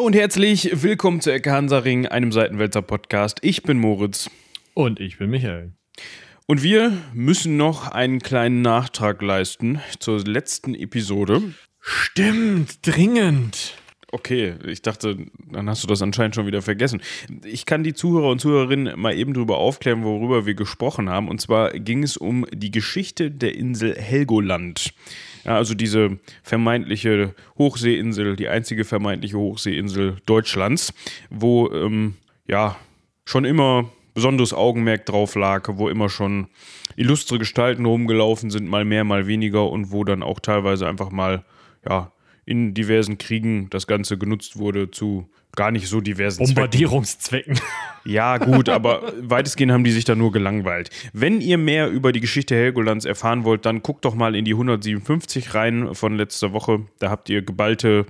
und herzlich willkommen zu Ecke Hansaring, einem Seitenwälzer-Podcast. Ich bin Moritz. Und ich bin Michael. Und wir müssen noch einen kleinen Nachtrag leisten zur letzten Episode. Stimmt, dringend. Okay, ich dachte, dann hast du das anscheinend schon wieder vergessen. Ich kann die Zuhörer und Zuhörerinnen mal eben drüber aufklären, worüber wir gesprochen haben. Und zwar ging es um die Geschichte der Insel Helgoland. Ja, also diese vermeintliche Hochseeinsel, die einzige vermeintliche Hochseeinsel Deutschlands, wo schon immer besonderes Augenmerk drauf lag, wo immer schon illustre Gestalten rumgelaufen sind, mal mehr, mal weniger und wo dann auch teilweise einfach mal, in diversen Kriegen das Ganze genutzt wurde zu gar nicht so diversen Bombardierungszwecken. Ja, gut, aber weitestgehend haben die sich da nur gelangweilt. Wenn ihr mehr über die Geschichte Helgolands erfahren wollt, dann guckt doch mal in die 157 rein von letzter Woche. Da habt ihr geballte,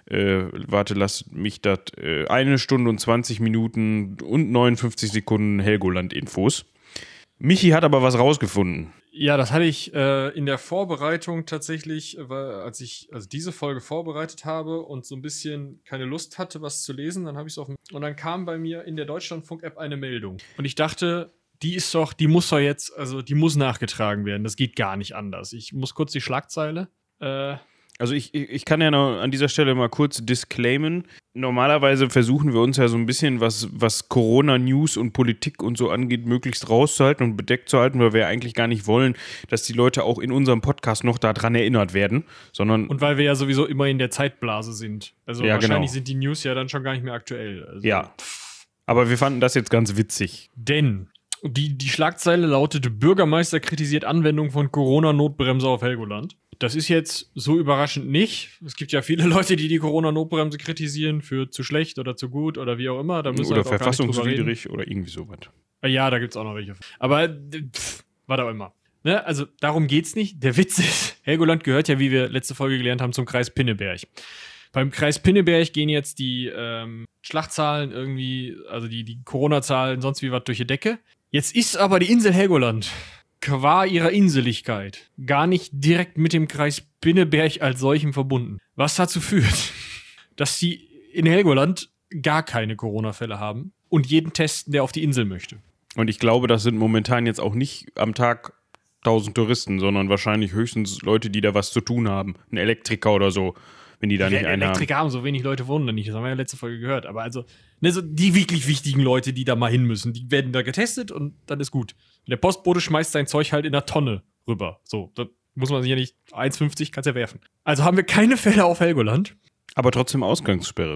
lasst mich das, 1 Stunde und 20 Minuten und 59 Sekunden Helgoland-Infos. Michi hat aber was rausgefunden. Ja, das hatte ich in der Vorbereitung tatsächlich, als ich diese Folge vorbereitet habe und so ein bisschen keine Lust hatte, was zu lesen, dann habe ich es und dann kam bei mir in der Deutschlandfunk-App eine Meldung. Und ich dachte, die muss nachgetragen werden. Das geht gar nicht anders. Ich muss kurz die Schlagzeile. Also ich kann ja noch an dieser Stelle mal kurz disclaimen. Normalerweise versuchen wir uns ja so ein bisschen, was Corona-News und Politik und so angeht, möglichst rauszuhalten und bedeckt zu halten, weil wir ja eigentlich gar nicht wollen, dass die Leute auch in unserem Podcast noch daran erinnert werden, sondern... Und weil wir ja sowieso immer in der Zeitblase sind. Also ja, wahrscheinlich genau. Sind die News ja dann schon gar nicht mehr aktuell. Also, ja, aber wir fanden das jetzt ganz witzig. Denn die Schlagzeile lautet: Bürgermeister kritisiert Anwendung von Corona-Notbremse auf Helgoland. Das ist jetzt so überraschend nicht. Es gibt ja viele Leute, die Corona-Notbremse kritisieren für zu schlecht oder zu gut oder wie auch immer. Da müssen oder wir verfassungswidrig oder irgendwie sowas. Ja, da gibt's auch noch welche. Aber was auch immer. Ne? Also darum geht's nicht. Der Witz ist, Helgoland gehört ja, wie wir letzte Folge gelernt haben, zum Kreis Pinneberg. Beim Kreis Pinneberg gehen jetzt die Schlachtzahlen irgendwie, also die Corona-Zahlen, sonst wie was durch die Decke. Jetzt ist aber die Insel Helgoland qua ihrer Inseligkeit gar nicht direkt mit dem Kreis Pinneberg als solchem verbunden. Was dazu führt, dass sie in Helgoland gar keine Corona-Fälle haben und jeden testen, der auf die Insel möchte. Und ich glaube, das sind momentan jetzt auch nicht am Tag 1000 Touristen, sondern wahrscheinlich höchstens Leute, die da was zu tun haben. Ein Elektriker oder so, wenn die da nicht einen haben. Elektriker haben, so wenig Leute wohnen da nicht. Das haben wir ja letzte Folge gehört. Aber also, so die wirklich wichtigen Leute, die da mal hin müssen, die werden da getestet und dann ist gut. Der Postbote schmeißt sein Zeug halt in der Tonne rüber. So, da muss man sich ja nicht 1,50 kannst ja werfen. Also haben wir keine Fälle auf Helgoland. Aber trotzdem Ausgangssperre.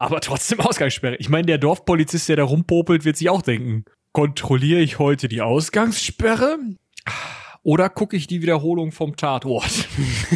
Ich meine, der Dorfpolizist, der da rumpopelt, wird sich auch denken: Kontrolliere ich heute die Ausgangssperre? Oder gucke ich die Wiederholung vom Tatort?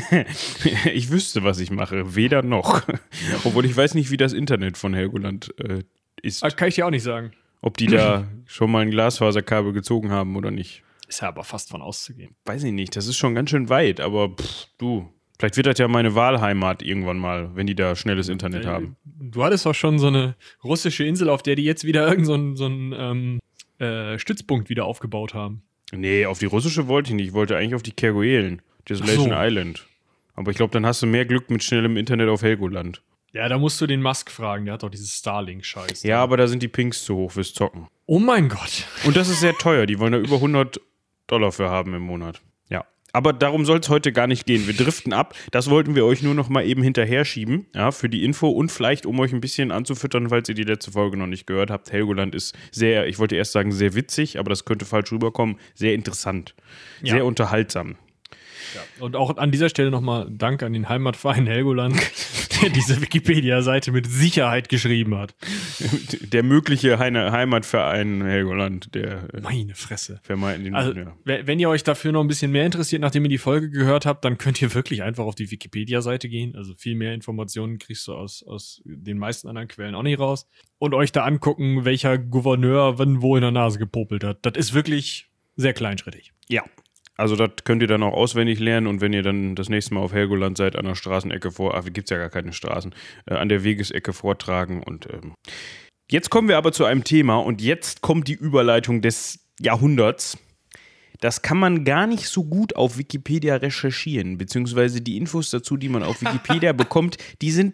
Ich wüsste, was ich mache. Weder noch. Obwohl ich weiß nicht, wie das Internet von Helgoland ist. Das kann ich dir auch nicht sagen. Ob die da schon mal ein Glasfaserkabel gezogen haben oder nicht. Ist ja aber fast von auszugehen. Weiß ich nicht. Das ist schon ganz schön weit. Aber vielleicht wird das ja meine Wahlheimat irgendwann mal, wenn die da schnelles Internet haben. Du hattest doch schon so eine russische Insel, auf der die jetzt wieder irgendeinen Stützpunkt wieder aufgebaut haben. Nee, auf die russische wollte ich nicht. Ich wollte eigentlich auf die Kerguelen, Desolation Island. Aber ich glaube, dann hast du mehr Glück mit schnellem Internet auf Helgoland. Ja, da musst du den Musk fragen. Der hat doch dieses Starlink-Scheiß. Ja, aber da sind die Pings zu hoch fürs Zocken. Oh mein Gott. Und das ist sehr teuer. Die wollen da über $100 für haben im Monat. Ja. Aber darum soll es heute gar nicht gehen. Wir driften ab. Das wollten wir euch nur noch mal eben hinterher schieben, ja, für die Info und vielleicht, um euch ein bisschen anzufüttern, falls ihr die letzte Folge noch nicht gehört habt. Helgoland ist sehr, ich wollte erst sagen, sehr witzig, aber das könnte falsch rüberkommen. Sehr interessant. Ja. Sehr unterhaltsam. Ja. Und auch an dieser Stelle nochmal Dank an den Heimatverein Helgoland, der diese Wikipedia-Seite mit Sicherheit geschrieben hat. Der mögliche Heimatverein Helgoland, der meine Fresse. Vermeiden. Also, wenn ihr euch dafür noch ein bisschen mehr interessiert, nachdem ihr die Folge gehört habt, dann könnt ihr wirklich einfach auf die Wikipedia-Seite gehen. Also viel mehr Informationen kriegst du aus den meisten anderen Quellen auch nicht raus. Und euch da angucken, welcher Gouverneur wann wo in der Nase gepopelt hat. Das ist wirklich sehr kleinschrittig. Ja. Also das könnt ihr dann auch auswendig lernen und wenn ihr dann das nächste Mal auf Helgoland seid, an der Straßenecke gibt's ja gar keine Straßen, an der Wegesecke vortragen und jetzt kommen wir aber zu einem Thema und jetzt kommt die Überleitung des Jahrhunderts. Das kann man gar nicht so gut auf Wikipedia recherchieren, beziehungsweise die Infos dazu, die man auf Wikipedia bekommt, die sind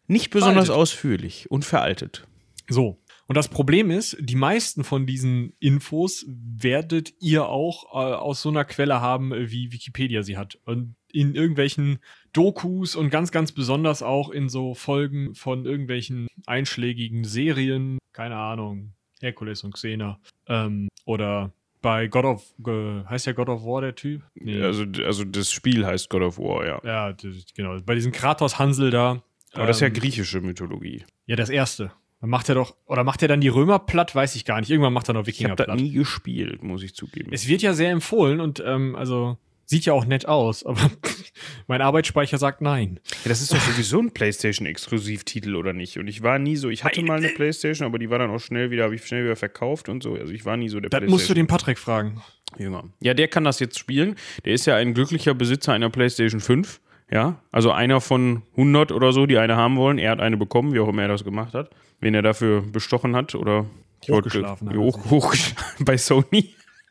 Nicht besonders Veraltet. ausführlich und veraltet. So. Und das Problem ist, die meisten von diesen Infos werdet ihr auch aus so einer Quelle haben, wie Wikipedia sie hat. Und in irgendwelchen Dokus und ganz, ganz besonders auch in so Folgen von irgendwelchen einschlägigen Serien, keine Ahnung, Herkules und Xena. Oder bei heißt ja God of War der Typ? Nee. Also das Spiel heißt God of War, ja. Ja, genau. Bei diesem Kratos Hansel da. Aber das ist ja griechische Mythologie. Ja, das erste. Dann macht er dann die Römer platt? Weiß ich gar nicht. Irgendwann macht er noch Ich Wikinger habe das platt. nie gespielt, muss ich zugeben. Es wird ja sehr empfohlen und also sieht ja auch nett aus, aber mein Arbeitsspeicher sagt nein. Ja, das ist doch sowieso ein PlayStation-Exklusivtitel, oder nicht? Und ich war nie so, ich hatte mal eine PlayStation, aber die war dann auch habe ich schnell wieder verkauft und so. Also ich war nie so der Das musst du den Patrick fragen. Jünger. Ja, der kann das jetzt spielen. Der ist ja ein glücklicher Besitzer einer PlayStation 5. Ja, also einer von 100 oder so, die eine haben wollen. Er hat eine bekommen, wie auch immer er das gemacht hat. Wen er dafür bestochen hat oder Hochgeschlafen hat. Hochgeschlafen bei Sony.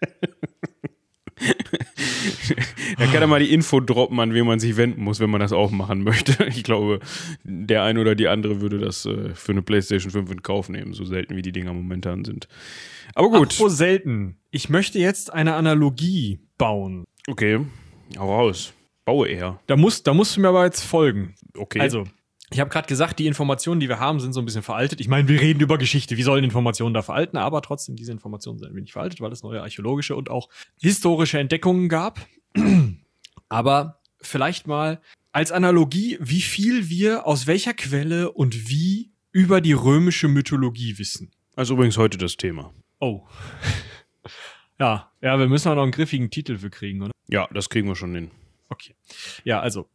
Da kann er mal die Info droppen, an wen man sich wenden muss, wenn man das auch machen möchte. Ich glaube, der eine oder die andere würde das für eine PlayStation 5 in Kauf nehmen, so selten wie die Dinger momentan sind. Aber gut. Apropos selten. Ich möchte jetzt eine Analogie bauen. Okay, hau raus. Baue eher. Da musst du mir aber jetzt folgen. Okay. Also, ich habe gerade gesagt, die Informationen, die wir haben, sind so ein bisschen veraltet. Ich meine, wir reden über Geschichte. Wie sollen Informationen da veralten? Aber trotzdem, diese Informationen sind ein wenig veraltet, weil es neue archäologische und auch historische Entdeckungen gab. Aber vielleicht mal als Analogie, wie viel wir aus welcher Quelle und wie über die römische Mythologie wissen. Also übrigens heute das Thema. Oh. Ja, wir müssen auch noch einen griffigen Titel für kriegen, oder? Ja, das kriegen wir schon hin. Okay. Ja, also.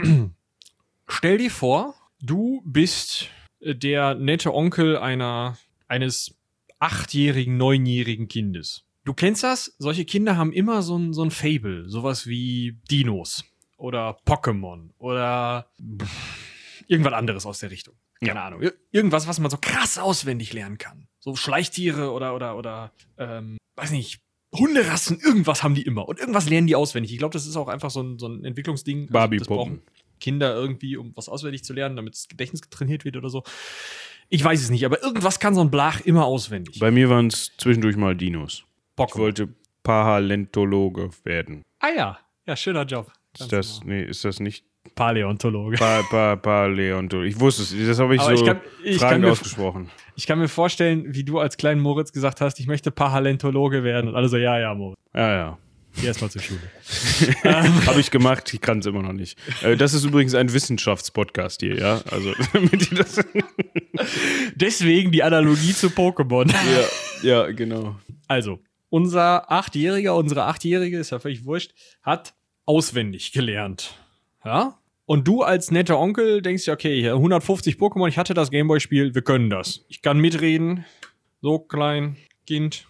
Stell dir vor, du bist der nette Onkel eines 8-jährigen, 9-jährigen Kindes. Du kennst das? Solche Kinder haben immer so ein Fable. Sowas wie Dinos oder Pokémon oder irgendwas anderes aus der Richtung. Keine Ahnung. Irgendwas, was man so krass auswendig lernen kann. So Schleichtiere oder weiß nicht, Hunderassen, irgendwas haben die immer. Und irgendwas lernen die auswendig. Ich glaube, das ist auch einfach so ein Entwicklungsding. Also, das brauchen Kinder irgendwie, um was auswendig zu lernen, damit das Gedächtnis trainiert wird oder so. Ich weiß es nicht, aber irgendwas kann so ein Blach immer auswendig. Bei mir waren es zwischendurch mal Dinos. Pokémon. Ich wollte Paläontologe werden. Ah ja, schöner Job. Ist das nicht? Paläontologe. Paläontologe. Ich wusste es, das habe ich aber so fragend mir ausgesprochen. Ich kann mir vorstellen, wie du als kleinen Moritz gesagt hast, ich möchte Paläontologe werden. Und alle so, ja, Moritz. Ja. Geh erst mal zur Schule. Habe ich gemacht, ich kann es immer noch nicht. Das ist übrigens ein Wissenschaftspodcast hier, ja? Also, damit ihr das. Deswegen die Analogie zu Pokémon. Ja, genau. Also, unsere Achtjährige, ist ja völlig wurscht, hat auswendig gelernt. Ja? Und du als netter Onkel denkst ja, okay, hier 150 Pokémon, ich hatte das Gameboy-Spiel, wir können das. Ich kann mitreden. So klein, Kind.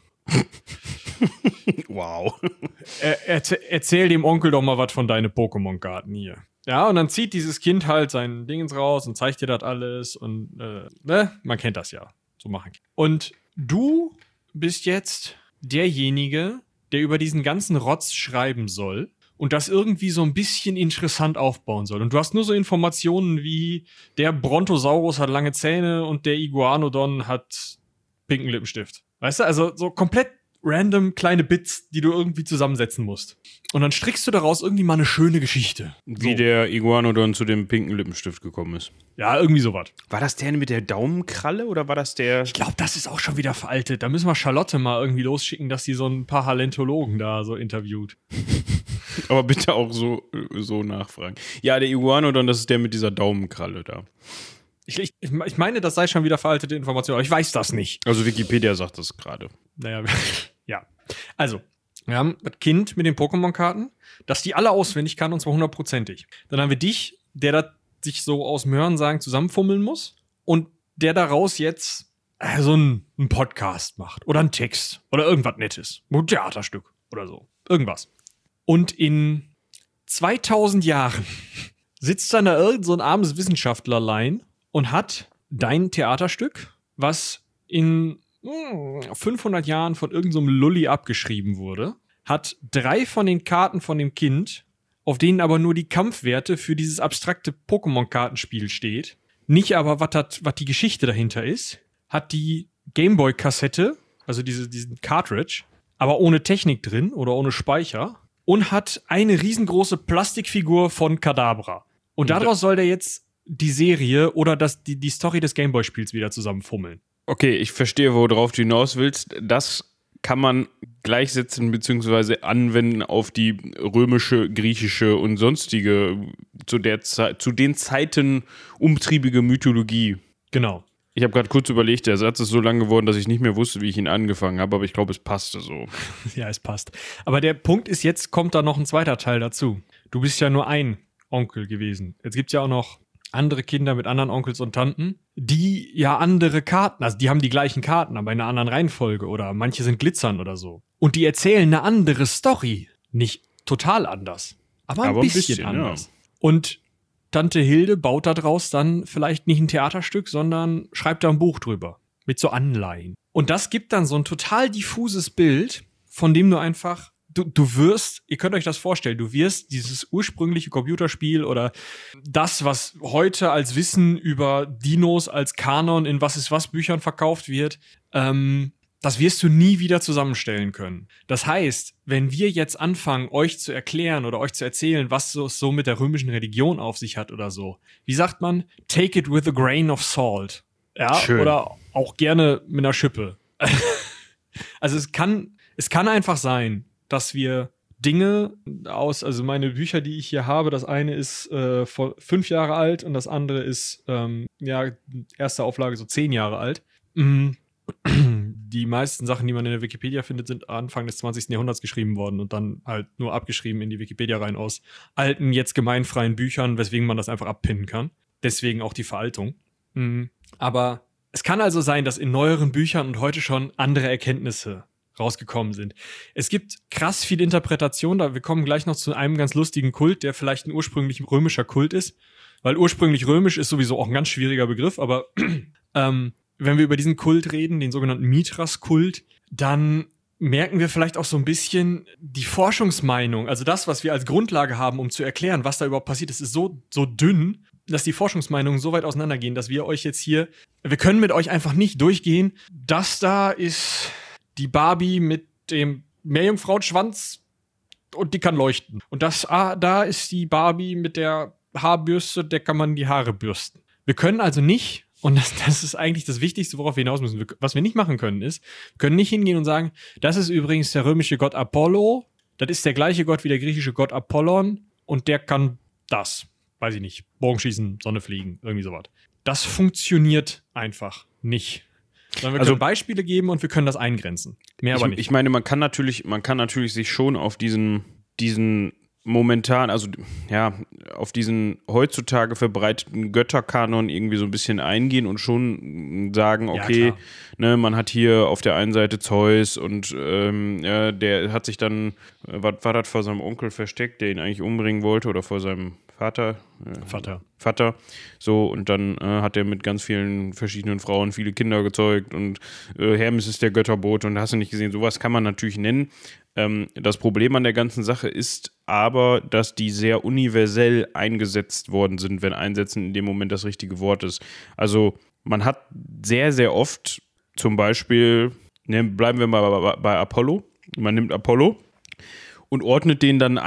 Wow. Erzähl dem Onkel doch mal was von deinen Pokémon-Karten hier. Ja, und dann zieht dieses Kind halt sein Dingens raus und zeigt dir das alles und man kennt das ja. So machen. Und du bist jetzt derjenige, der über diesen ganzen Rotz schreiben soll und das irgendwie so ein bisschen interessant aufbauen soll. Und du hast nur so Informationen wie der Brontosaurus hat lange Zähne und der Iguanodon hat pinken Lippenstift. Weißt du, also so komplett random kleine Bits, die du irgendwie zusammensetzen musst. Und dann strickst du daraus irgendwie mal eine schöne Geschichte. Wie der Iguanodon zu dem pinken Lippenstift gekommen ist. Ja, irgendwie sowas. War das der mit der Daumenkralle oder war das der... Ich glaube, das ist auch schon wieder veraltet. Da müssen wir Charlotte mal irgendwie losschicken, dass sie so ein paar Paläontologen da so interviewt. Aber bitte auch so nachfragen. Ja, der Iguanodon, das ist der mit dieser Daumenkralle da. Ich meine, das sei schon wieder veraltete Information, aber ich weiß das nicht. Also Wikipedia sagt das gerade. Naja, ja. Also, wir haben das Kind mit den Pokémon-Karten, dass die alle auswendig kann, und zwar 100%ig. Dann haben wir dich, der das sich so aus dem Hörensagen zusammenfummeln muss und der daraus jetzt so einen Podcast macht oder einen Text oder irgendwas Nettes. Ein Theaterstück oder so. Irgendwas. Und in 2000 Jahren sitzt dann da irgend so ein armes Wissenschaftlerlein und hat dein Theaterstück, was in 500 Jahren von irgendeinem so Lulli abgeschrieben wurde, hat 3 von den Karten von dem Kind, auf denen aber nur die Kampfwerte für dieses abstrakte Pokémon-Kartenspiel steht, nicht aber, was die Geschichte dahinter ist, hat die Gameboy-Kassette, also diesen Cartridge, aber ohne Technik drin oder ohne Speicher und hat eine riesengroße Plastikfigur von Kadabra. Und daraus soll der jetzt die Serie oder die Story des Gameboy-Spiels wieder zusammenfummeln. Okay, ich verstehe, worauf du hinaus willst. Das kann man gleichsetzen bzw. anwenden auf die römische, griechische und sonstige zu den Zeiten umtriebige Mythologie. Genau. Ich habe gerade kurz überlegt, der Satz ist so lang geworden, dass ich nicht mehr wusste, wie ich ihn angefangen habe, aber ich glaube, es passte so. Ja, es passt. Aber der Punkt ist, jetzt kommt da noch ein zweiter Teil dazu. Du bist ja nur ein Onkel gewesen. Jetzt gibt es ja auch noch andere Kinder mit anderen Onkels und Tanten, die ja andere Karten, also die haben die gleichen Karten, aber in einer anderen Reihenfolge oder manche sind glitzern oder so. Und die erzählen eine andere Story. Nicht total anders, aber ein bisschen anders. Ja. Und Tante Hilde baut daraus dann vielleicht nicht ein Theaterstück, sondern schreibt da ein Buch drüber. Mit so Anleihen. Und das gibt dann so ein total diffuses Bild, von dem du einfach Du wirst, ihr könnt euch das vorstellen, du wirst dieses ursprüngliche Computerspiel oder das, was heute als Wissen über Dinos als Kanon in Was-ist-was-Büchern verkauft wird, das wirst du nie wieder zusammenstellen können. Das heißt, wenn wir jetzt anfangen, euch zu erklären oder euch zu erzählen, was so mit der römischen Religion auf sich hat oder so, wie sagt man? Take it with a grain of salt. Ja, schön. Oder auch gerne mit einer Schippe. Also es kann einfach sein, dass wir Dinge also meine Bücher, die ich hier habe, das eine ist 5 Jahre alt und das andere ist, erste Auflage so 10 Jahre alt. Die meisten Sachen, die man in der Wikipedia findet, sind Anfang des 20. Jahrhunderts geschrieben worden und dann halt nur abgeschrieben in die Wikipedia rein aus alten, jetzt gemeinfreien Büchern, weswegen man das einfach abpinnen kann. Deswegen auch die Veraltung. Aber es kann also sein, dass in neueren Büchern und heute schon andere Erkenntnisse rausgekommen sind. Es gibt krass viel Interpretation, wir kommen gleich noch zu einem ganz lustigen Kult, der vielleicht ein ursprünglich römischer Kult ist, weil ursprünglich römisch ist sowieso auch ein ganz schwieriger Begriff, aber wenn wir über diesen Kult reden, den sogenannten Mithras-Kult, dann merken wir vielleicht auch so ein bisschen die Forschungsmeinung, also das, was wir als Grundlage haben, um zu erklären, was da überhaupt passiert ist, ist so dünn, dass die Forschungsmeinungen so weit auseinandergehen, dass wir euch jetzt hier, wir können mit euch einfach nicht durchgehen, das da ist die Barbie mit dem Meerjungfrauenschwanz und die kann leuchten. Und da ist die Barbie mit der Haarbürste, der kann man die Haare bürsten. Wir können also nicht, und das ist eigentlich das Wichtigste, worauf wir hinaus müssen, was wir nicht machen können, ist, wir können nicht hingehen und sagen, das ist übrigens der römische Gott Apollo, das ist der gleiche Gott wie der griechische Gott Apollon und der kann das. Weiß ich nicht. Bogenschießen, Sonne fliegen, irgendwie sowas. Das funktioniert einfach nicht. Sondern wir können Beispiele geben und wir können das eingrenzen. Mehr aber nicht. Ich meine, man kann natürlich sich schon auf diesen momentan, also ja, auf diesen heutzutage verbreiteten Götterkanon irgendwie so ein bisschen eingehen und schon sagen, okay, ja, man hat hier auf der einen Seite Zeus und der hat sich dann, was war das, vor seinem Onkel versteckt, der ihn eigentlich umbringen wollte oder vor seinem Vater. So, und dann hat er mit ganz vielen verschiedenen Frauen viele Kinder gezeugt und Hermes ist der Götterbote und hast du nicht gesehen, sowas kann man natürlich nennen. Das Problem an der ganzen Sache ist aber, dass die sehr universell eingesetzt worden sind, wenn einsetzen in dem Moment das richtige Wort ist. Also man hat sehr, sehr oft zum Beispiel, bleiben wir mal bei Apollo, man nimmt Apollo und ordnet den dann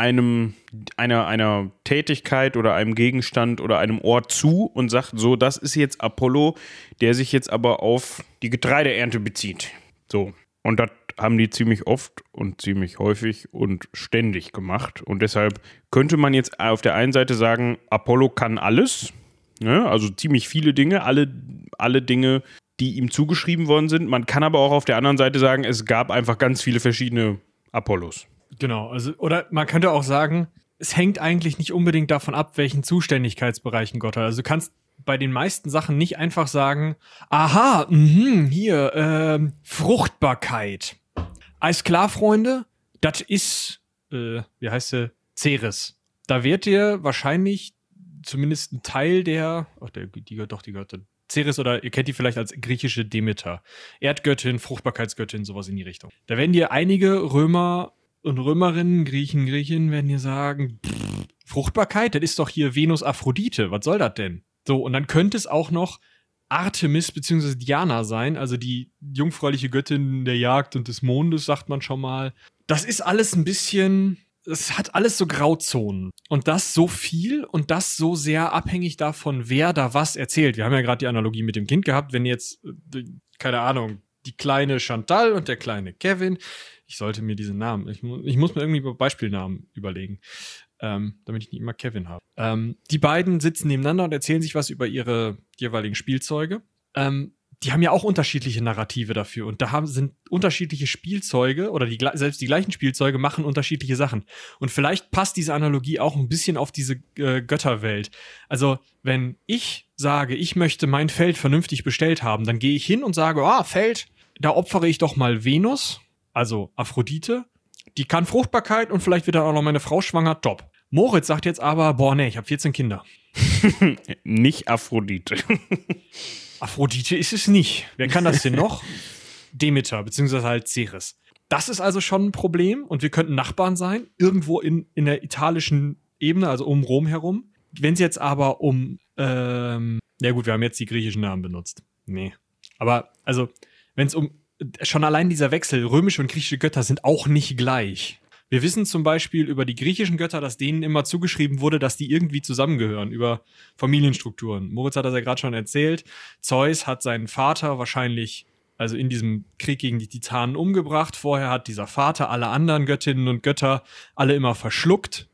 einer Tätigkeit oder einem Gegenstand oder einem Ort zu und sagt so, das ist jetzt Apollo, der sich jetzt aber auf die Getreideernte bezieht. So. Und das haben die ziemlich oft und ziemlich häufig und ständig gemacht. Und deshalb könnte man jetzt auf der einen Seite sagen, Apollo kann alles, ne? Also ziemlich viele Dinge, alle Dinge, die ihm zugeschrieben worden sind. Man kann aber auch auf der anderen Seite sagen, es gab einfach ganz viele verschiedene Apollos. Genau, also oder man könnte auch sagen, es hängt eigentlich nicht unbedingt davon ab, welchen Zuständigkeitsbereichen Gott hat. Also du kannst bei den meisten Sachen nicht einfach sagen, aha, hier, Fruchtbarkeit. Alles klar, Freunde, das ist, wie heißt sie? Ceres. Da wird dir wahrscheinlich zumindest ein Teil die gehört dann. Ceres, oder ihr kennt die vielleicht als griechische Demeter. Erdgöttin, Fruchtbarkeitsgöttin, sowas in die Richtung. Da werden dir einige Römer und Römerinnen, Griechen werden dir sagen, Fruchtbarkeit, das ist doch hier Venus Aphrodite, was soll das denn? So, und dann könnte es auch noch Artemis bzw. Diana sein, also die jungfräuliche Göttin der Jagd und des Mondes, sagt man schon mal. Das ist alles ein bisschen, es hat alles so Grauzonen. Und das so viel und das so sehr abhängig davon, wer da was erzählt. Wir haben ja gerade die Analogie mit dem Kind gehabt, wenn jetzt, keine Ahnung, die kleine Chantal und der kleine Kevin, ich sollte mir diese Namen, ich muss mir irgendwie Beispielnamen überlegen, damit ich nicht immer Kevin habe. Die beiden sitzen nebeneinander und erzählen sich was über ihre jeweiligen Spielzeuge. Die haben ja auch unterschiedliche Narrative dafür und da sind unterschiedliche Spielzeuge oder selbst die gleichen Spielzeuge machen unterschiedliche Sachen. Und vielleicht passt diese Analogie auch ein bisschen auf diese Götterwelt. Also, wenn ich sage, ich möchte mein Feld vernünftig bestellt haben, dann gehe ich hin und sage, Feld, da opfere ich doch mal Venus, also Aphrodite. Die kann Fruchtbarkeit und vielleicht wird dann auch noch meine Frau schwanger, top. Moritz sagt jetzt aber, ich habe 14 Kinder. Nicht Aphrodite. Aphrodite ist es nicht. Wer kann das denn noch? Demeter, beziehungsweise halt Ceres. Das ist also schon ein Problem und wir könnten Nachbarn sein, irgendwo in der italischen Ebene, also um Rom herum. Wenn es jetzt aber wir haben jetzt die griechischen Namen benutzt. Nee. Aber, also, wenn es schon allein dieser Wechsel, römische und griechische Götter sind auch nicht gleich. Wir wissen zum Beispiel über die griechischen Götter, dass denen immer zugeschrieben wurde, dass die irgendwie zusammengehören, über Familienstrukturen. Moritz hat das ja gerade schon erzählt. Zeus hat seinen Vater wahrscheinlich, also in diesem Krieg gegen die Titanen, umgebracht. Vorher hat dieser Vater alle anderen Göttinnen und Götter alle immer verschluckt,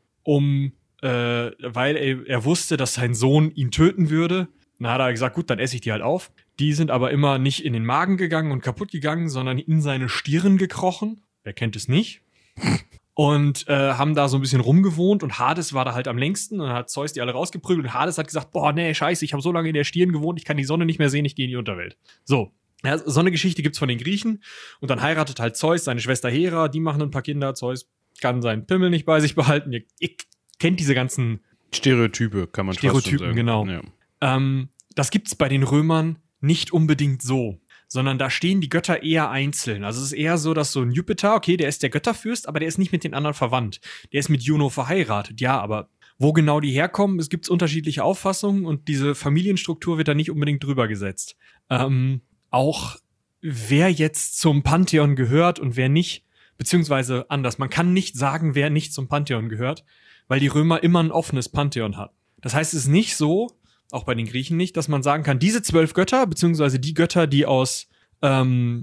weil er wusste, dass sein Sohn ihn töten würde. Dann hat er gesagt, gut, dann esse ich die halt auf. Die sind aber immer nicht in den Magen gegangen und kaputt gegangen, sondern in seine Stirn gekrochen. Wer kennt es nicht? Und haben da so ein bisschen rumgewohnt und Hades war da halt am längsten und dann hat Zeus die alle rausgeprügelt und Hades hat gesagt, scheiße, ich habe so lange in der Stirn gewohnt, ich kann die Sonne nicht mehr sehen, ich gehe in die Unterwelt. So, ja, so eine Geschichte gibt's von den Griechen und dann heiratet halt Zeus seine Schwester Hera, die machen ein paar Kinder, Zeus kann seinen Pimmel nicht bei sich behalten. Ihr kennt diese ganzen Stereotype, kann man fast schon sagen. Genau. Ja. Das gibt's bei den Römern nicht unbedingt so, sondern da stehen die Götter eher einzeln. Also es ist eher so, dass so ein Jupiter, okay, der ist der Götterfürst, aber der ist nicht mit den anderen verwandt. Der ist mit Juno verheiratet, ja, aber wo genau die herkommen, es gibt unterschiedliche Auffassungen und diese Familienstruktur wird da nicht unbedingt drüber gesetzt. Auch wer jetzt zum Pantheon gehört und wer nicht, beziehungsweise anders, man kann nicht sagen, wer nicht zum Pantheon gehört, weil die Römer immer ein offenes Pantheon hatten. Das heißt, es ist nicht so, auch bei den Griechen nicht, dass man sagen kann, diese 12 Götter, beziehungsweise die Götter, die aus dem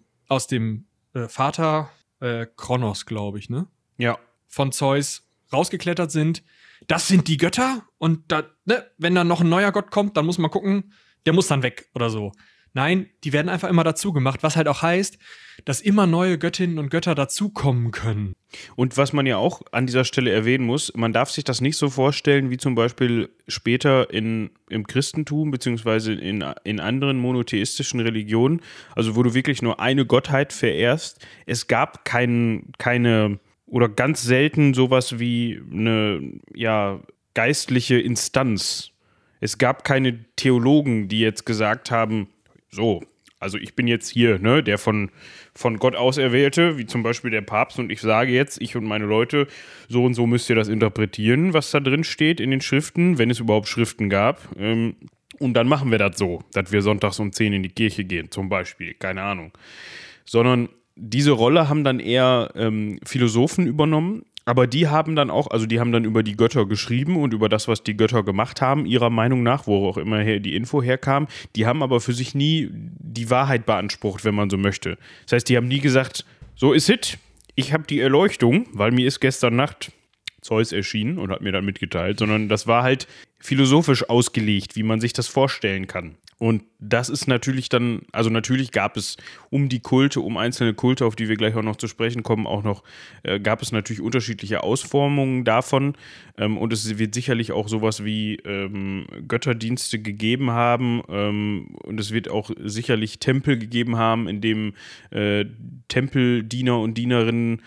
Vater Kronos, glaube ich, ne? Ja. Von Zeus rausgeklettert sind, das sind die Götter und wenn dann noch ein neuer Gott kommt, dann muss man gucken, der muss dann weg oder so. Nein, die werden einfach immer dazu gemacht, was halt auch heißt, dass immer neue Göttinnen und Götter dazukommen können. Und was man ja auch an dieser Stelle erwähnen muss, man darf sich das nicht so vorstellen, wie zum Beispiel später im Christentum, beziehungsweise in anderen monotheistischen Religionen, also wo du wirklich nur eine Gottheit verehrst. Es gab keine oder ganz selten sowas wie eine, geistliche Instanz. Es gab keine Theologen, die jetzt gesagt haben, so, also ich bin jetzt hier, ne, der von Gott Auserwählte, wie zum Beispiel der Papst, und ich sage jetzt, ich und meine Leute, so und so müsst ihr das interpretieren, was da drin steht in den Schriften, wenn es überhaupt Schriften gab. Und dann machen wir das so, dass wir sonntags um 10 in die Kirche gehen, zum Beispiel, keine Ahnung. Sondern diese Rolle haben dann eher Philosophen übernommen. Aber die haben dann auch, also die haben dann über die Götter geschrieben und über das, was die Götter gemacht haben, ihrer Meinung nach, wo auch immer die Info herkam. Die haben aber für sich nie die Wahrheit beansprucht, wenn man so möchte. Das heißt, die haben nie gesagt, so ist es, ich habe die Erleuchtung, weil mir ist gestern Nacht Zeus erschienen und hat mir dann mitgeteilt, sondern das war halt philosophisch ausgelegt, wie man sich das vorstellen kann. Und das ist natürlich dann, also natürlich gab es um einzelne Kulte, auf die wir gleich auch noch zu sprechen kommen, auch noch, gab es natürlich unterschiedliche Ausformungen davon. Und es wird sicherlich auch sowas wie Götterdienste gegeben haben. Und es wird auch sicherlich Tempel gegeben haben, in dem Tempeldiener und Dienerinnen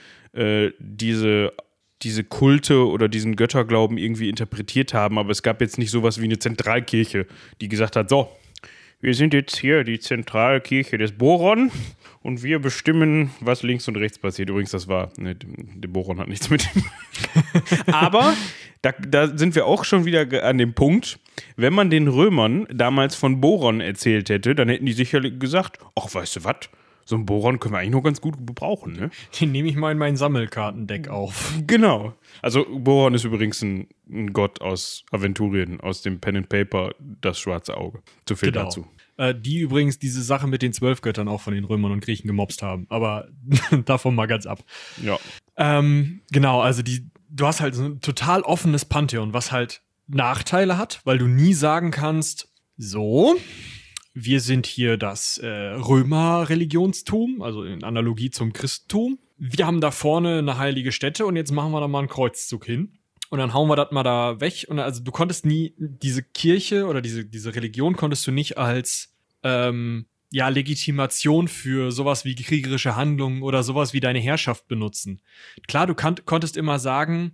diese Kulte oder diesen Götterglauben irgendwie interpretiert haben. Aber es gab jetzt nicht sowas wie eine Zentralkirche, die gesagt hat, so, wir sind jetzt hier die Zentralkirche des Boron und wir bestimmen, was links und rechts passiert. Übrigens, das war, ne, der Boron hat nichts mit dem. Aber da sind wir auch schon wieder an dem Punkt, wenn man den Römern damals von Boron erzählt hätte, dann hätten die sicherlich gesagt, ach, weißt du was, so einen Boron können wir eigentlich noch ganz gut gebrauchen, ne? Den nehme ich mal in mein Sammelkartendeck auf. Genau. Also Boron ist übrigens ein Gott aus Aventurien, aus dem Pen and Paper, das schwarze Auge. Zu viel dazu. Die übrigens diese Sache mit den 12 Göttern auch von den Römern und Griechen gemobst haben. Aber davon mal ganz ab. Ja. Genau, also du hast halt so ein total offenes Pantheon, was halt Nachteile hat, weil du nie sagen kannst, so, wir sind hier das Römer-Religionstum, also in Analogie zum Christentum. Wir haben da vorne eine heilige Stätte und jetzt machen wir da mal einen Kreuzzug hin. Und dann hauen wir das mal da weg. Und also du konntest nie diese Kirche oder diese Religion konntest du nicht als Legitimation für sowas wie kriegerische Handlungen oder sowas wie deine Herrschaft benutzen. Klar, du konntest immer sagen,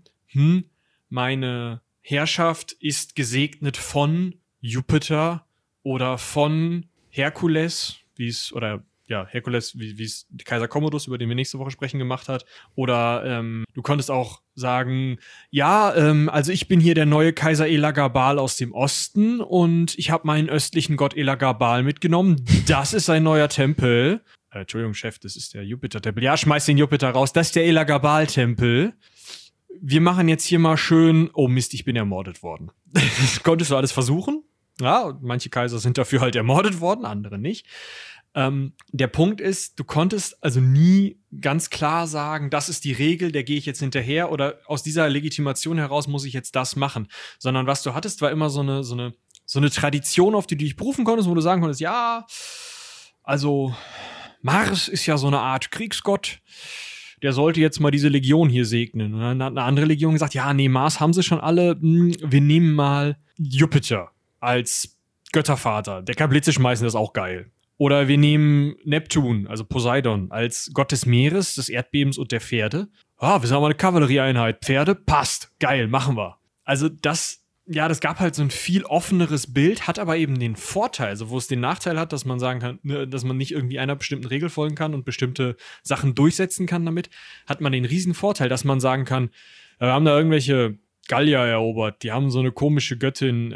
meine Herrschaft ist gesegnet von Jupiter oder von Herkules, Herkules, wie es Kaiser Commodus, über den wir nächste Woche sprechen, gemacht hat. Oder du konntest auch sagen, also ich bin hier der neue Kaiser Elagabal aus dem Osten und ich habe meinen östlichen Gott Elagabal mitgenommen. Das ist ein neuer Tempel. Entschuldigung, Chef, das ist der Jupiter-Tempel. Ja, schmeiß den Jupiter raus. Das ist der Elagabal-Tempel. Wir machen jetzt hier mal schön, oh Mist, ich bin ermordet worden. Das konntest du alles versuchen. Ja, manche Kaiser sind dafür halt ermordet worden, andere nicht. Der Punkt ist, du konntest also nie ganz klar sagen, das ist die Regel, der gehe ich jetzt hinterher oder aus dieser Legitimation heraus muss ich jetzt das machen. Sondern was du hattest, war immer so eine Tradition, auf die du dich berufen konntest, wo du sagen konntest, ja, also Mars ist ja so eine Art Kriegsgott, der sollte jetzt mal diese Legion hier segnen. Und dann hat eine andere Legion gesagt, ja, nee, Mars haben sie schon alle, wir nehmen mal Jupiter als Göttervater. Der kann Blitze schmeißen, das ist auch geil. Oder wir nehmen Neptun, also Poseidon, als Gott des Meeres, des Erdbebens und der Pferde. Wir sind aber eine Kavallerieeinheit. Pferde, passt. Geil, machen wir. Also das gab halt so ein viel offeneres Bild, hat aber eben den Vorteil, also wo es den Nachteil hat, dass man sagen kann, dass man nicht irgendwie einer bestimmten Regel folgen kann und bestimmte Sachen durchsetzen kann damit, hat man den riesen Vorteil, dass man sagen kann, wir haben da irgendwelche Gallier erobert, die haben so eine komische Göttin,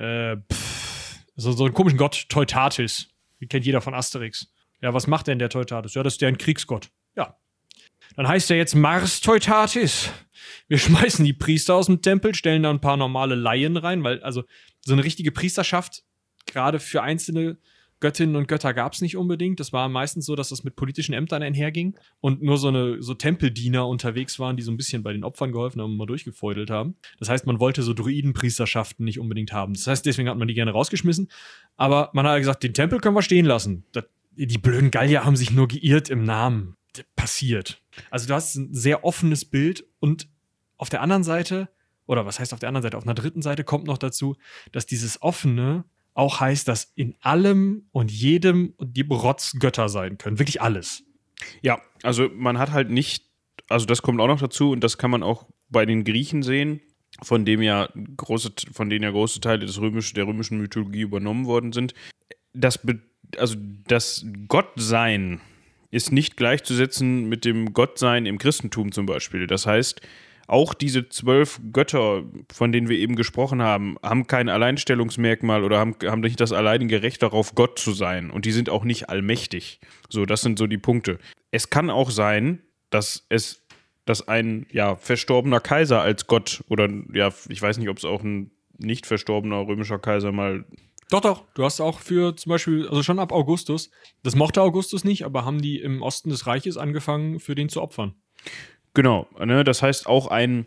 so einen komischen Gott, Teutatis. Die kennt jeder von Asterix. Ja, was macht denn der Teutatis? Ja, das ist der ein Kriegsgott. Ja. Dann heißt er jetzt Mars Teutatis. Wir schmeißen die Priester aus dem Tempel, stellen da ein paar normale Laien rein, weil also so eine richtige Priesterschaft, gerade für einzelne Göttinnen und Götter gab es nicht unbedingt. Das war meistens so, dass das mit politischen Ämtern einherging und nur so Tempeldiener unterwegs waren, die so ein bisschen bei den Opfern geholfen haben und mal durchgefeudelt haben. Das heißt, man wollte so Druidenpriesterschaften nicht unbedingt haben. Das heißt, deswegen hat man die gerne rausgeschmissen. Aber man hat gesagt, den Tempel können wir stehen lassen. Die blöden Gallier haben sich nur geirrt im Namen. Das passiert. Also du hast ein sehr offenes Bild und auf der anderen Seite, oder was heißt auf der anderen Seite, auf einer dritten Seite kommt noch dazu, dass dieses Offene auch heißt, dass in allem und jedem die Rotz Götter sein können. Wirklich alles. Ja, also man hat halt nicht, also das kommt auch noch dazu und das kann man auch bei den Griechen sehen, von denen ja große Teile der römischen Mythologie übernommen worden sind. Das Gottsein ist nicht gleichzusetzen mit dem Gottsein im Christentum zum Beispiel. Das heißt, auch diese 12 Götter, von denen wir eben gesprochen haben, haben kein Alleinstellungsmerkmal oder haben nicht das alleinige Recht darauf, Gott zu sein. Und die sind auch nicht allmächtig. So, das sind so die Punkte. Es kann auch sein, dass ein verstorbener Kaiser als Gott oder ich weiß nicht, ob es auch ein nicht verstorbener römischer Kaiser mal. Doch. Du hast auch für zum Beispiel, also schon ab Augustus, das mochte Augustus nicht, aber haben die im Osten des Reiches angefangen, für den zu opfern. Genau, ne, das heißt, auch ein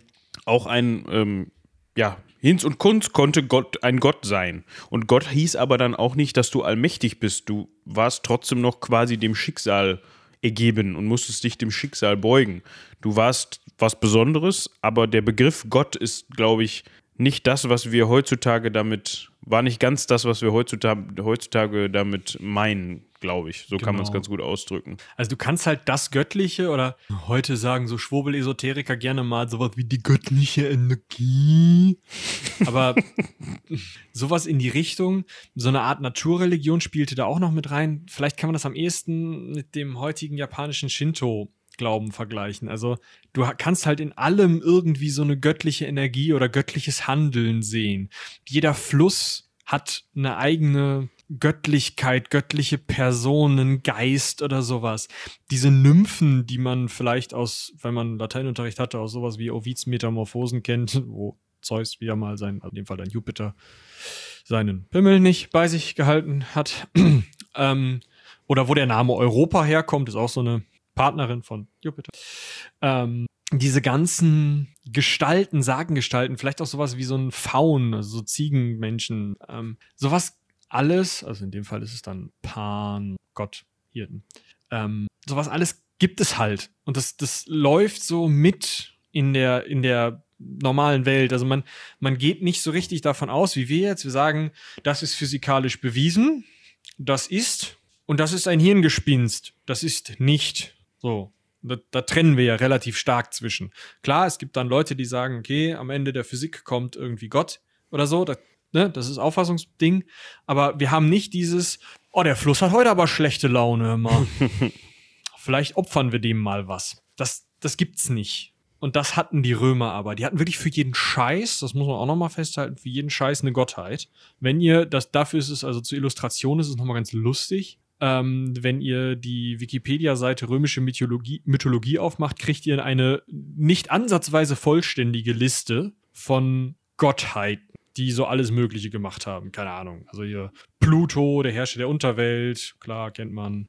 Hinz und Kunz konnte ein Gott sein. Und Gott hieß aber dann auch nicht, dass du allmächtig bist. Du warst trotzdem noch quasi dem Schicksal ergeben und musstest dich dem Schicksal beugen. Du warst was Besonderes, aber der Begriff Gott ist, glaube ich, nicht das, was wir heutzutage damit war nicht ganz das, was wir heutzutage damit meinen, glaube ich. So kann man es ganz gut ausdrücken. Also du kannst halt das Göttliche oder heute sagen so Schwurbel-Esoteriker gerne mal sowas wie die göttliche Energie. Aber sowas in die Richtung, so eine Art Naturreligion spielte da auch noch mit rein. Vielleicht kann man das am ehesten mit dem heutigen japanischen Shinto-Glauben vergleichen. Also du kannst halt in allem irgendwie so eine göttliche Energie oder göttliches Handeln sehen. Jeder Fluss hat eine eigene Göttlichkeit, göttliche Personen, Geist oder sowas. Diese Nymphen, die man vielleicht wenn man Lateinunterricht hatte, aus sowas wie Ovids Metamorphosen kennt, wo Zeus wieder mal in dem Fall dann Jupiter, seinen Pimmel nicht bei sich gehalten hat. Oder wo der Name Europa herkommt, ist auch so eine Partnerin von Jupiter. Diese ganzen Gestalten, Sagengestalten, vielleicht auch sowas wie so ein Faun, also so Ziegenmenschen, sowas alles, also in dem Fall ist es dann Pan, Gott, Hirten. Sowas alles gibt es halt. Und das läuft so mit in der normalen Welt. Also man geht nicht so richtig davon aus, wie wir jetzt. Wir sagen, das ist physikalisch bewiesen, das ist ein Hirngespinst. Das ist nicht so. Da trennen wir ja relativ stark zwischen. Klar, es gibt dann Leute, die sagen, okay, am Ende der Physik kommt irgendwie Gott oder so. Das ist Auffassungsding. Aber wir haben nicht dieses, der Fluss hat heute aber schlechte Laune, hör mal. Vielleicht opfern wir dem mal was. Das gibt's nicht. Und das hatten die Römer aber. Die hatten wirklich für jeden Scheiß, das muss man auch nochmal festhalten, für jeden Scheiß eine Gottheit. Dafür ist es, also zur Illustration ist es nochmal ganz lustig. Wenn ihr die Wikipedia-Seite römische Mythologie aufmacht, kriegt ihr eine nicht ansatzweise vollständige Liste von Gottheiten, die so alles Mögliche gemacht haben. Keine Ahnung. Also hier Pluto, der Herrscher der Unterwelt, klar, kennt man.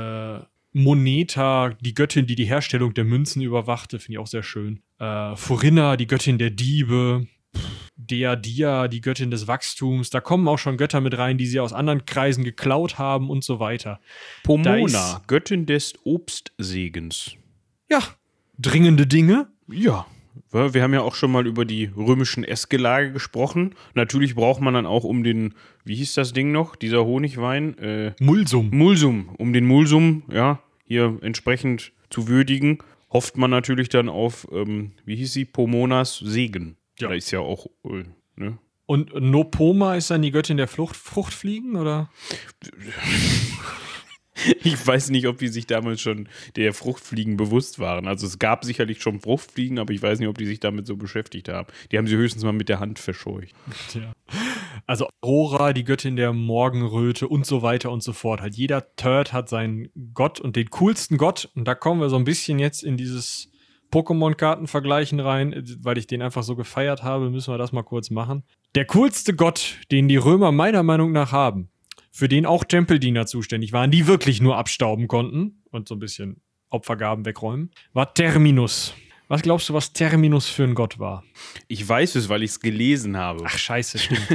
Moneta, die Göttin, die Herstellung der Münzen überwachte, finde ich auch sehr schön. Forinna, die Göttin der Diebe. Dia, die Göttin des Wachstums. Da kommen auch schon Götter mit rein, die sie aus anderen Kreisen geklaut haben und so weiter. Pomona, Göttin des Obstsegens. Ja, dringende Dinge. Ja, wir haben ja auch schon mal über die römischen Essgelage gesprochen. Natürlich braucht man dann auch wie hieß das Ding noch, dieser Honigwein? Mulsum. Um den Mulsum, ja, hier entsprechend zu würdigen, hofft man natürlich dann auf, wie hieß sie, Pomonas Segen. Ja. Da ist ja auch, ne? Und Nopoma ist dann die Göttin der Fruchtfliegen, oder? Ich weiß nicht, ob die sich damals schon der Fruchtfliegen bewusst waren. Also es gab sicherlich schon Fruchtfliegen, aber ich weiß nicht, ob die sich damit so beschäftigt haben. Die haben sie höchstens mal mit der Hand verscheucht. Ja. Also Aurora, die Göttin der Morgenröte und so weiter und so fort. Halt jeder Turd hat seinen Gott und den coolsten Gott. Und da kommen wir so ein bisschen jetzt in dieses Pokémon-Karten-Vergleichen rein, weil ich den einfach so gefeiert habe, müssen wir das mal kurz machen. Der coolste Gott, den die Römer meiner Meinung nach haben, für den auch Tempeldiener zuständig waren, die wirklich nur abstauben konnten und so ein bisschen Opfergaben wegräumen, war Terminus. Was glaubst du, was Terminus für ein Gott war? Ich weiß es, weil ich es gelesen habe. Ach scheiße, stimmt.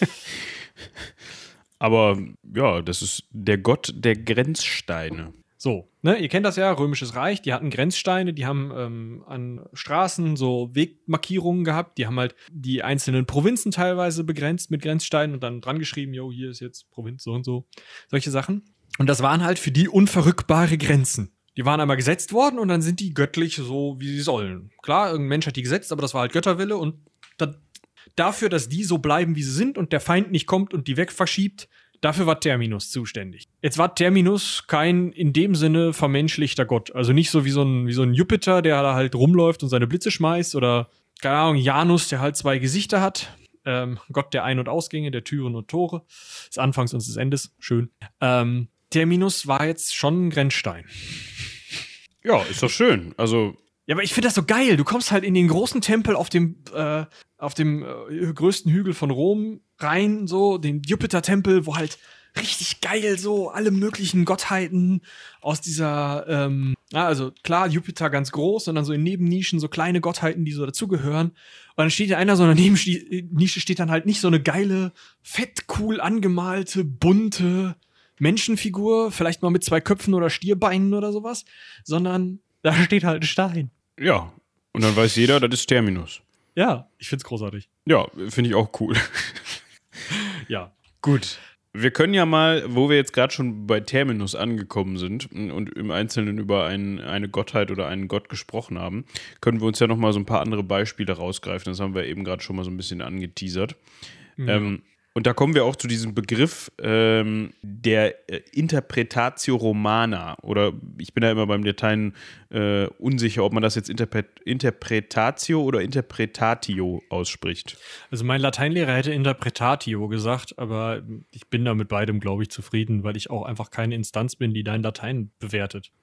Aber ja, das ist der Gott der Grenzsteine. So, ne, ihr kennt das ja, Römisches Reich, die hatten Grenzsteine, die haben an Straßen so Wegmarkierungen gehabt, die haben halt die einzelnen Provinzen teilweise begrenzt mit Grenzsteinen und dann dran geschrieben, jo, hier ist jetzt Provinz so und so, solche Sachen. Und das waren halt für die unverrückbare Grenzen. Die waren einmal gesetzt worden und dann sind die göttlich so, wie sie sollen. Klar, irgendein Mensch hat die gesetzt, aber das war halt Götterwille und dafür, dass die so bleiben, wie sie sind und der Feind nicht kommt und die wegverschiebt, dafür war Terminus zuständig. Jetzt war Terminus kein in dem Sinne vermenschlichter Gott. Also nicht so wie so ein Jupiter, der da halt rumläuft und seine Blitze schmeißt. Oder, keine Ahnung, Janus, der halt 2 Gesichter hat. Gott der Ein- und Ausgänge, der Türen und Tore. Des Anfangs und des Endes. Schön. Terminus war jetzt schon ein Grenzstein. Ja, ist doch schön. Also. Ja, aber ich finde das so geil. Du kommst halt in den großen Tempel auf dem größten Hügel von Rom rein, so, den Jupiter-Tempel, wo halt richtig geil so alle möglichen Gottheiten aus dieser, also klar, Jupiter ganz groß und dann so in Nebennischen so kleine Gottheiten, die so dazugehören. Und dann steht ja einer so in der Nebennische steht dann halt nicht so eine geile, fett cool angemalte, bunte Menschenfigur, vielleicht mal mit 2 Köpfen oder Stierbeinen oder sowas, sondern da steht halt ein Stein. Ja, und dann weiß jeder, das ist Terminus. Ja, ich find's großartig. Ja, finde ich auch cool. Ja, gut. Wir können ja mal, wo wir jetzt gerade schon bei Terminus angekommen sind und im Einzelnen über eine Gottheit oder einen Gott gesprochen haben, können wir uns ja noch mal so ein paar andere Beispiele rausgreifen. Das haben wir eben gerade schon mal so ein bisschen angeteasert. Ja. Und da kommen wir auch zu diesem Begriff der Interpretatio Romana. Oder ich bin da immer beim Latein unsicher, ob man das jetzt Interpretatio oder Interpretatio ausspricht. Also mein Lateinlehrer hätte Interpretatio gesagt, aber ich bin da mit beidem, glaube ich, zufrieden, weil ich auch einfach keine Instanz bin, die dein Latein bewertet.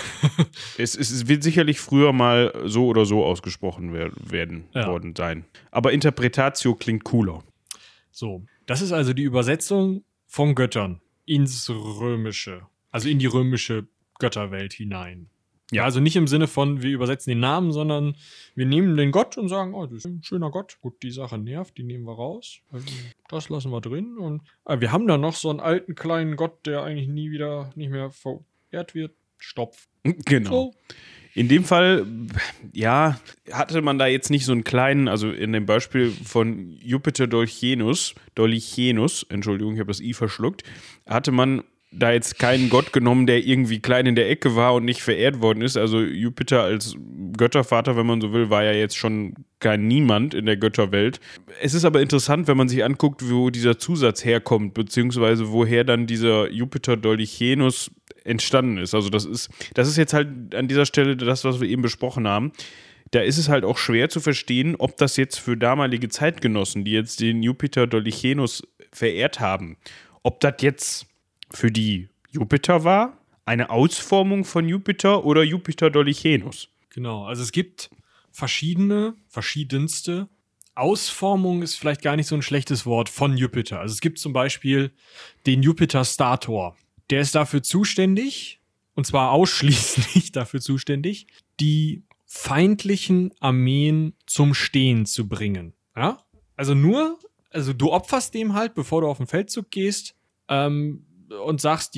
Es wird sicherlich früher mal so oder so ausgesprochen worden sein. Aber Interpretatio klingt cooler. So, das ist also die Übersetzung von Göttern ins Römische, also in die römische Götterwelt hinein. Ja, also nicht im Sinne von, wir übersetzen den Namen, sondern wir nehmen den Gott und sagen, oh, das ist ein schöner Gott. Gut, die Sache nervt, die nehmen wir raus. Das lassen wir drin. Und wir haben da noch so einen alten kleinen Gott, der eigentlich nicht mehr verehrt wird. Stopf. Genau. So. In dem Fall, ja, hatte man da jetzt nicht so einen kleinen, also in dem Beispiel von Jupiter Dollichenus, Entschuldigung, ich habe das I verschluckt, hatte man da jetzt keinen Gott genommen, der irgendwie klein in der Ecke war und nicht verehrt worden ist. Also Jupiter als Göttervater, wenn man so will, war ja jetzt schon kein Niemand in der Götterwelt. Es ist aber interessant, wenn man sich anguckt, wo dieser Zusatz herkommt, beziehungsweise woher dann dieser Jupiter Dollichenus entstanden ist. Also das ist jetzt halt an dieser Stelle das, was wir eben besprochen haben. Da ist es halt auch schwer zu verstehen, ob das jetzt für damalige Zeitgenossen, die jetzt den Jupiter Dollichenus verehrt haben, ob das jetzt für die Jupiter war, eine Ausformung von Jupiter oder Jupiter Dollichenus. Genau, also es gibt verschiedenste. Ausformung ist vielleicht gar nicht so ein schlechtes Wort von Jupiter. Also es gibt zum Beispiel den Jupiter Stator. Der ist dafür zuständig, und zwar ausschließlich dafür zuständig, die feindlichen Armeen zum Stehen zu bringen. Ja? Also du opferst dem halt, bevor du auf den Feldzug gehst, und sagst,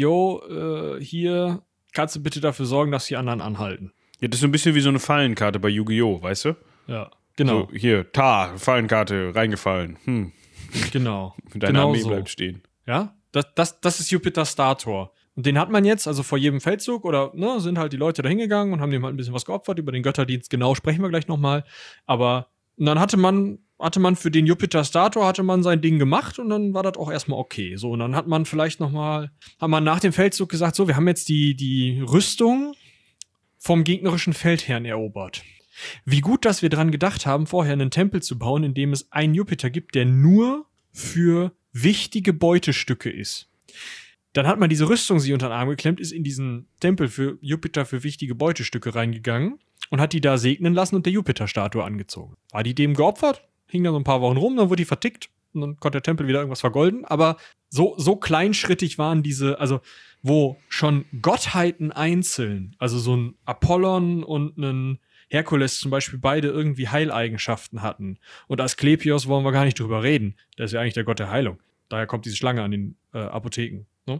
hier kannst du bitte dafür sorgen, dass die anderen anhalten. Ja, das ist so ein bisschen wie so eine Fallenkarte bei Yu-Gi-Oh!, weißt du? Ja, genau. So, hier, Fallenkarte, reingefallen. Genau. Deine Armee bleibt stehen. Ja, das ist Jupiter Stator. Und den hat man jetzt, also vor jedem Feldzug, oder sind halt die Leute da hingegangen und haben dem halt ein bisschen was geopfert. Über den Götterdienst genau sprechen wir gleich nochmal. Aber dann hatte man für den Jupiter Stator sein Ding gemacht und dann war das auch erstmal okay. So, und dann hat man nach dem Feldzug gesagt, so, wir haben jetzt die Rüstung vom gegnerischen Feldherrn erobert. Wie gut, dass wir dran gedacht haben, vorher einen Tempel zu bauen, in dem es einen Jupiter gibt, der nur für wichtige Beutestücke ist. Dann hat man diese Rüstung sich unter den Arm geklemmt, ist in diesen Tempel für Jupiter für wichtige Beutestücke reingegangen und hat die da segnen lassen und der Jupiter-Statue angezogen. War die dem geopfert? Hing dann so ein paar Wochen rum, dann wurde die vertickt und dann konnte der Tempel wieder irgendwas vergolden. Aber so kleinschrittig waren diese, also wo schon Gottheiten einzeln, also so ein Apollon und ein Herkules zum Beispiel beide irgendwie Heileigenschaften hatten. Und Asklepios wollen wir gar nicht drüber reden. Der ist ja eigentlich der Gott der Heilung. Daher kommt diese Schlange an den Apotheken. Ne?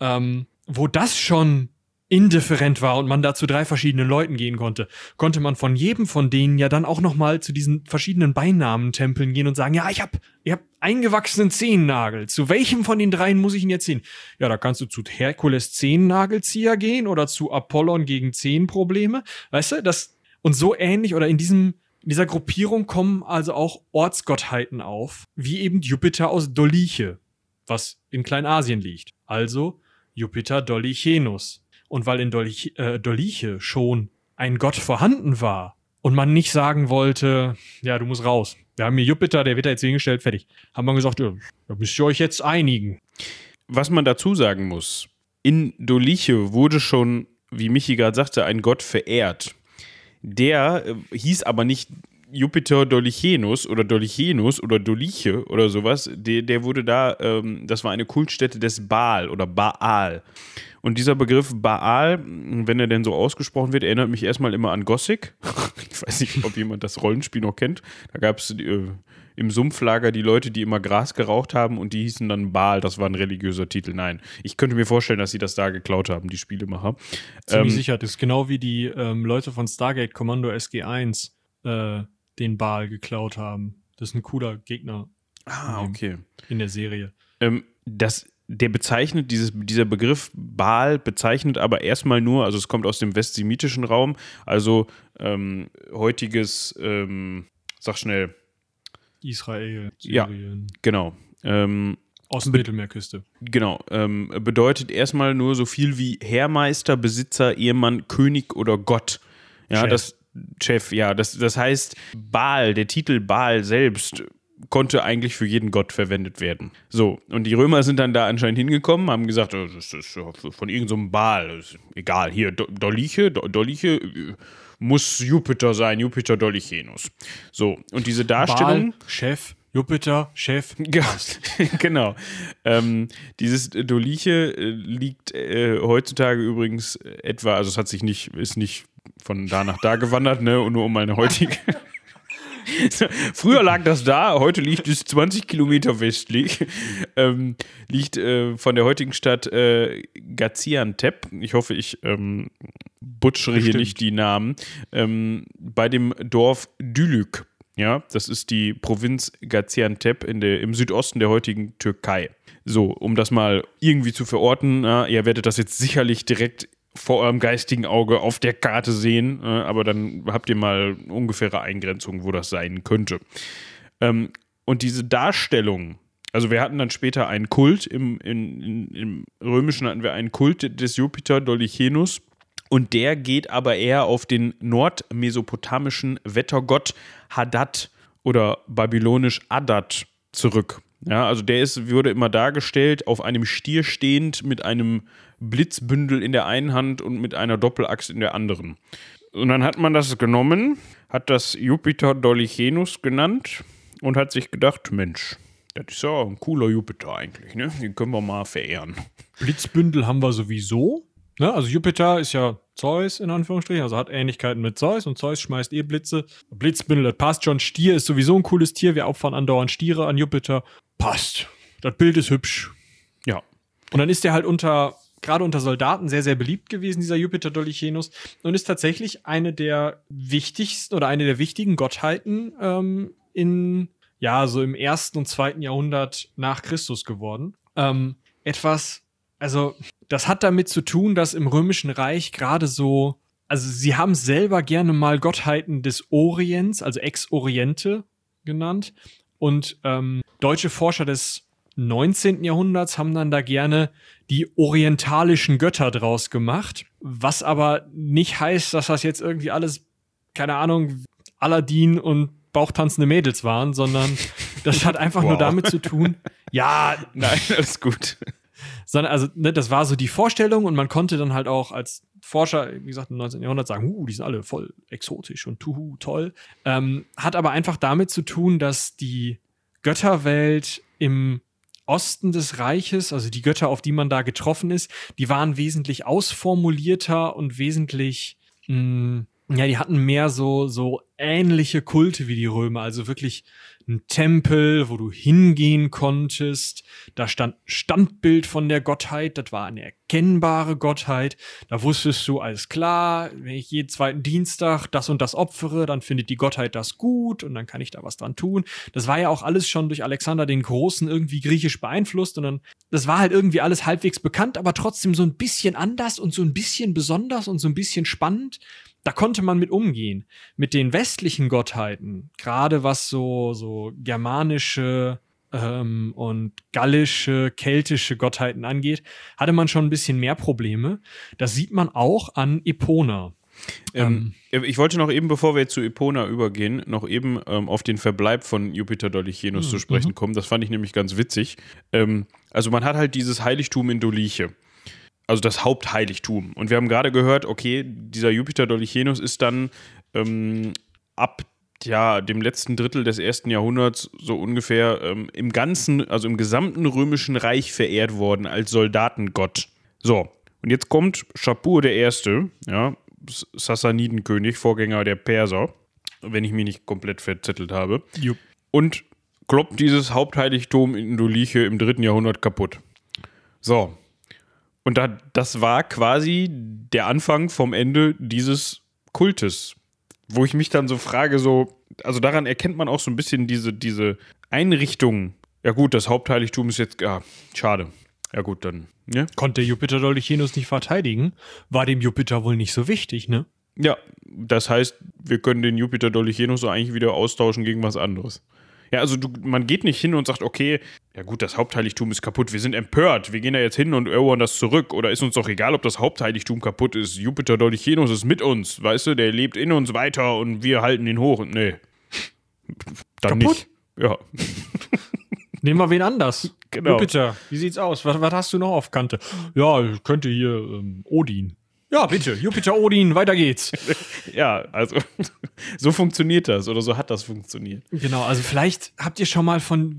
Wo das schon indifferent war und man da zu 3 verschiedenen Leuten gehen konnte, konnte man von jedem von denen ja dann auch nochmal zu diesen verschiedenen Beinamentempeln gehen und sagen, ja, ich hab eingewachsenen Zehennagel. Zu welchem von den 3 muss ich ihn jetzt sehen? Ja, da kannst du zu Herkules Zehennagelzieher gehen oder zu Apollon gegen Zehenprobleme. Weißt du, und so ähnlich oder in dieser Gruppierung kommen also auch Ortsgottheiten auf, wie eben Jupiter aus Dolliche, was in Kleinasien liegt. Also Jupiter Dollichenus. Und weil in Dolliche schon ein Gott vorhanden war und man nicht sagen wollte, ja, du musst raus. Wir haben hier Jupiter, der wird da jetzt hingestellt, fertig. Haben wir gesagt, ja, da müsst ihr euch jetzt einigen. Was man dazu sagen muss, in Dolliche wurde schon, wie Michi gerade sagte, ein Gott verehrt. Der hieß aber nicht Jupiter Dollichenus oder Dolliche oder sowas. Der wurde da, das war eine Kultstätte des Baal oder Baal. Und dieser Begriff Baal, wenn er denn so ausgesprochen wird, erinnert mich erstmal immer an Gothic. Ich weiß nicht, ob jemand das Rollenspiel noch kennt. Da gab es im Sumpflager die Leute, die immer Gras geraucht haben und die hießen dann Baal. Das war ein religiöser Titel. Nein, ich könnte mir vorstellen, dass sie das da geklaut haben, die Spielemacher. Ziemlich sicher. Das ist genau wie die Leute von Stargate Commando SG1 den Baal geklaut haben. Das ist ein cooler Gegner okay. in der Serie. Dieser Begriff Baal bezeichnet aber erstmal nur, also es kommt aus dem westsemitischen Raum, also heutiges, sag schnell. Israel, Syrien. Ja, genau. Ostmittelmeerküste. Genau. Bedeutet erstmal nur so viel wie Herrmeister, Besitzer, Ehemann, König oder Gott. Ja, Chef. Das heißt, Baal, der Titel Baal selbst konnte eigentlich für jeden Gott verwendet werden. So, und die Römer sind dann da anscheinend hingekommen, haben gesagt, das ist von irgendeinem so Baal, egal, hier, Doliche muss Jupiter sein, Jupiter Dolichenus. So, und diese Darstellung... Baal, Chef, Jupiter, Chef. Genau. Dieses Doliche liegt heutzutage übrigens etwa, also es ist nicht von da nach da gewandert, ne, und nur um eine heutige... Früher lag das da, heute liegt es 20 Kilometer westlich. Liegt von der heutigen Stadt Gaziantep. Ich hoffe, ich butschere hier nicht die Namen. Bei dem Dorf Dülük. Ja, das ist die Provinz Gaziantep im Südosten der heutigen Türkei. So, um das mal irgendwie zu verorten, ihr werdet das jetzt sicherlich direkt vor eurem geistigen Auge auf der Karte sehen, aber dann habt ihr mal ungefähre Eingrenzung, wo das sein könnte. Und diese Darstellung, also wir hatten dann später einen Kult, im Römischen hatten wir einen Kult des Jupiter Dolichenus und der geht aber eher auf den nordmesopotamischen Wettergott Hadad oder babylonisch Adad zurück. Ja, also wurde immer dargestellt, auf einem Stier stehend mit einem Blitzbündel in der einen Hand und mit einer Doppelaxt in der anderen. Und dann hat man das genommen, hat das Jupiter Dolichenus genannt und hat sich gedacht, Mensch, das ist ja ein cooler Jupiter eigentlich, ne? Den können wir mal verehren. Blitzbündel haben wir sowieso. Ne? Also Jupiter ist ja Zeus in Anführungsstrichen, also hat Ähnlichkeiten mit Zeus und Zeus schmeißt Blitze. Blitzbündel, das passt schon. Stier ist sowieso ein cooles Tier. Wir opfern andauernd Stiere an Jupiter. Passt. Das Bild ist hübsch. Ja. Und dann ist der halt gerade unter Soldaten sehr, sehr beliebt gewesen, dieser Jupiter Dolichenus, und ist tatsächlich eine der wichtigsten oder eine der wichtigen Gottheiten so im 1. und 2. Jahrhundert nach Christus geworden. Das hat damit zu tun, dass im Römischen Reich gerade so, also sie haben selber gerne mal Gottheiten des Orients, also Ex-Oriente genannt, und deutsche Forscher des 19. Jahrhunderts haben dann da gerne die orientalischen Götter draus gemacht, was aber nicht heißt, dass das jetzt irgendwie alles, keine Ahnung, Aladdin und bauchtanzende Mädels waren, sondern das hat einfach nur damit zu tun, ja, nein, alles gut. Sondern, also, ne, das war so die Vorstellung und man konnte dann halt auch als Forscher, wie gesagt, im 19. Jahrhundert sagen, die sind alle voll exotisch und toll. Hat aber einfach damit zu tun, dass die Götterwelt im Osten des Reiches, also die Götter, auf die man da getroffen ist, die waren wesentlich ausformulierter und wesentlich, die hatten mehr so ähnliche Kulte wie die Römer, also wirklich ein Tempel, wo du hingehen konntest, da stand ein Standbild von der Gottheit, das war eine erkennbare Gottheit, da wusstest du, alles klar, wenn ich jeden zweiten Dienstag das und das opfere, dann findet die Gottheit das gut und dann kann ich da was dran tun. Das war ja auch alles schon durch Alexander den Großen irgendwie griechisch beeinflusst und dann, das war halt irgendwie alles halbwegs bekannt, aber trotzdem so ein bisschen anders und so ein bisschen besonders und so ein bisschen spannend. Da konnte man mit umgehen. Mit den westlichen Gottheiten, gerade was so germanische und gallische, keltische Gottheiten angeht, hatte man schon ein bisschen mehr Probleme. Das sieht man auch an Epona. Ich wollte noch eben, bevor wir jetzt zu Epona übergehen, noch eben auf den Verbleib von Jupiter Dolichenus zu sprechen kommen. Das fand ich nämlich ganz witzig. Also man hat halt dieses Heiligtum in Doliche. Also das Hauptheiligtum. Und wir haben gerade gehört, okay, dieser Jupiter Dolichenus ist dann ab dem letzten Drittel des 1. Jahrhunderts so ungefähr im gesamten Römischen Reich verehrt worden als Soldatengott. So, und jetzt kommt Schapur I., ja, Sassanidenkönig, Vorgänger der Perser, wenn ich mich nicht komplett verzettelt habe, Jupp. Und kloppt dieses Hauptheiligtum in Doliche im 3. Jahrhundert kaputt. So. Und das war quasi der Anfang vom Ende dieses Kultes. Wo ich mich dann so frage, also daran erkennt man auch so ein bisschen diese Einrichtung Ja gut, das Hauptheiligtum ist jetzt, schade. Ja gut, dann, ne? Konnte Jupiter Dollichenus nicht verteidigen, war dem Jupiter wohl nicht so wichtig, ne? Ja, das heißt, wir können den Jupiter Dollichenus so eigentlich wieder austauschen gegen was anderes. Ja, also man geht nicht hin und sagt, okay, ja gut, das Hauptheiligtum ist kaputt, wir sind empört, wir gehen da jetzt hin und erobern das zurück. Oder ist uns doch egal, ob das Hauptheiligtum kaputt ist. Jupiter Dollichenus ist mit uns, weißt du, der lebt in uns weiter und wir halten ihn hoch. Nee. Dann Kaputt? nicht. Ja. Nehmen wir wen anders. Genau. Jupiter, wie sieht's aus? Was hast du noch auf Kante? Ja, ich könnte hier Odin. Ja, bitte, Jupiter, Odin, weiter geht's. Ja, also so funktioniert das oder so hat das funktioniert. Genau, also vielleicht habt ihr schon mal von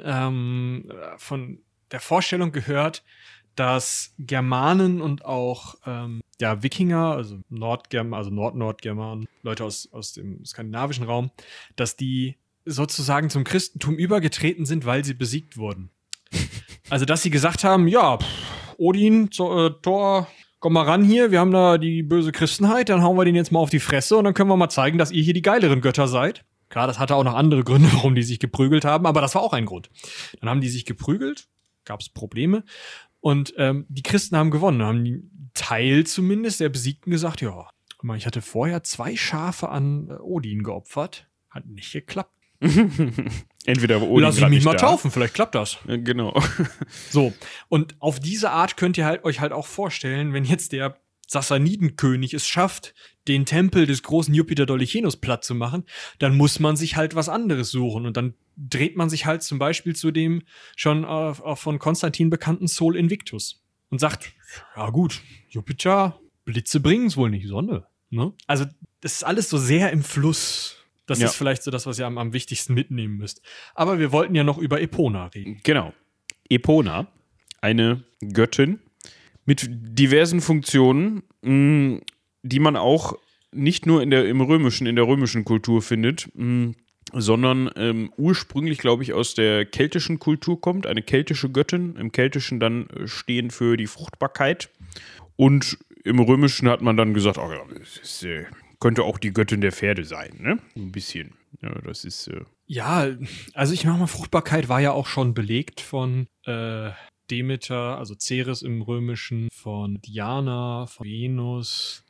von der Vorstellung gehört, dass Germanen und auch Wikinger, also Nordgermanen, Leute aus dem skandinavischen Raum, dass die sozusagen zum Christentum übergetreten sind, weil sie besiegt wurden. Also, dass sie gesagt haben, ja, Odin, Thor, komm mal ran hier, wir haben da die böse Christenheit, dann hauen wir den jetzt mal auf die Fresse und dann können wir mal zeigen, dass ihr hier die geileren Götter seid. Klar, das hatte auch noch andere Gründe, warum die sich geprügelt haben, aber das war auch ein Grund. Dann haben die sich geprügelt, gab es Probleme und die Christen haben gewonnen, haben einen Teil zumindest der Besiegten gesagt, ja, guck mal, ich hatte vorher 2 Schafe an Odin geopfert, hat nicht geklappt. Entweder Odin lass ich mich mal taufen, vielleicht klappt das. Genau. So, und auf diese Art könnt ihr euch halt auch vorstellen, wenn jetzt der Sassanidenkönig es schafft, den Tempel des großen Jupiter Dollichenus platt zu machen, dann muss man sich halt was anderes suchen. Und dann dreht man sich halt zum Beispiel zu dem schon von Konstantin bekannten Sol Invictus und sagt, ja gut, Jupiter, Blitze bringen's wohl nicht, Sonne. Ne? Also das ist alles so sehr im Fluss. Das ist vielleicht so das, was ihr am wichtigsten mitnehmen müsst. Aber wir wollten ja noch über Epona reden. Genau. Epona, eine Göttin mit diversen Funktionen, die man auch nicht nur in der römischen Kultur findet, sondern ursprünglich, glaube ich, aus der keltischen Kultur kommt. Eine keltische Göttin, im Keltischen dann stehend für die Fruchtbarkeit. Und im Römischen hat man dann gesagt, oh ja, das ist könnte auch die Göttin der Pferde sein, ne? Ein bisschen. Ja, das ist. Ja, also ich meine mal, Fruchtbarkeit war ja auch schon belegt von Demeter, also Ceres im Römischen, von Diana, von Venus,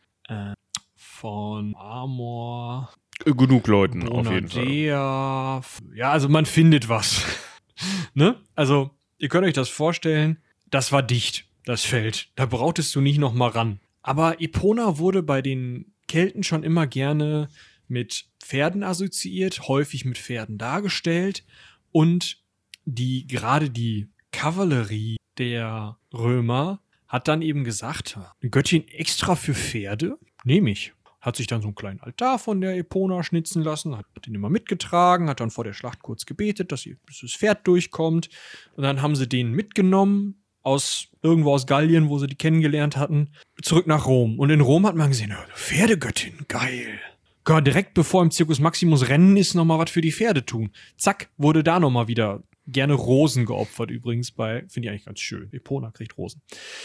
von Amor. Genug Leuten auf jeden Fall. Ja, also man findet was. Ne? Also, ihr könnt euch das vorstellen, das war dicht, das Feld. Da brauchtest du nicht noch mal ran. Aber Epona wurde bei den Kelten schon immer gerne mit Pferden assoziiert, häufig mit Pferden dargestellt und gerade die Kavallerie der Römer hat dann eben gesagt, eine Göttin extra für Pferde, nehme ich. Hat sich dann so einen kleinen Altar von der Epona schnitzen lassen, hat den immer mitgetragen, hat dann vor der Schlacht kurz gebetet, dass das Pferd durchkommt und dann haben sie den mitgenommen, irgendwo aus Gallien, wo sie die kennengelernt hatten, zurück nach Rom. Und in Rom hat man gesehen, Pferdegöttin, geil. Gott, direkt bevor im Circus Maximus Rennen ist, nochmal was für die Pferde tun. Zack, wurde da nochmal wieder gerne Rosen geopfert übrigens finde ich eigentlich ganz schön. Epona kriegt Rosen.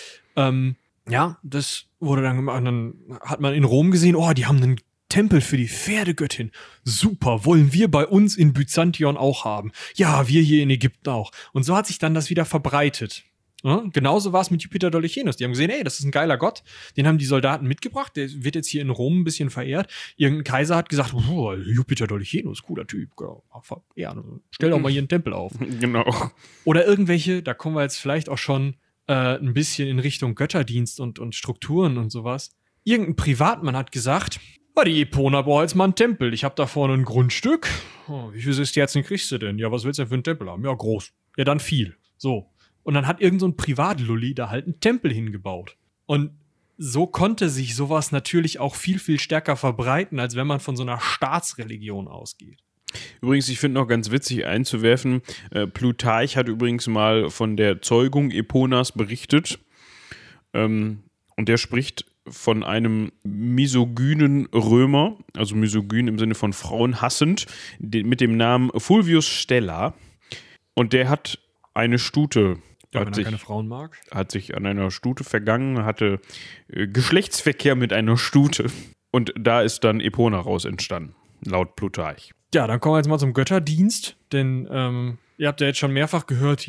Ja, das wurde dann gemacht. Und dann hat man in Rom gesehen, die haben einen Tempel für die Pferdegöttin. Super, wollen wir bei uns in Byzantion auch haben. Ja, wir hier in Ägypten auch. Und so hat sich dann das wieder verbreitet. Ja, genauso war es mit Jupiter Dollichenus. Die haben gesehen, das ist ein geiler Gott. Den haben die Soldaten mitgebracht. Der wird jetzt hier in Rom ein bisschen verehrt. Irgendein Kaiser hat gesagt, Jupiter Dollichenus, cooler Typ. Ja, stell doch mal hier einen Tempel auf. Genau. Oder irgendwelche, da kommen wir jetzt vielleicht auch schon ein bisschen in Richtung Götterdienst und Strukturen und sowas. Irgendein Privatmann hat gesagt, die Epona braucht jetzt mal einen Tempel. Ich habe da vorne ein Grundstück. Wie viele Sesterzen kriegst du denn? Ja, was willst du denn für einen Tempel haben? Ja, groß. Ja, dann viel. So. Und dann hat irgend so ein Privatlulli da halt einen Tempel hingebaut. Und so konnte sich sowas natürlich auch viel, viel stärker verbreiten, als wenn man von so einer Staatsreligion ausgeht. Übrigens, ich finde noch ganz witzig einzuwerfen, Plutarch hat übrigens mal von der Zeugung Eponas berichtet. Und der spricht von einem misogynen Römer, also misogyn im Sinne von frauenhassend, mit dem Namen Fulvius Stella. Und der hat eine Stute keine Frauen mag. Hat sich an einer Stute vergangen, hatte Geschlechtsverkehr mit einer Stute. Und da ist dann Epona raus entstanden, laut Plutarch. Ja, dann kommen wir jetzt mal zum Götterdienst, denn ihr habt ja jetzt schon mehrfach gehört,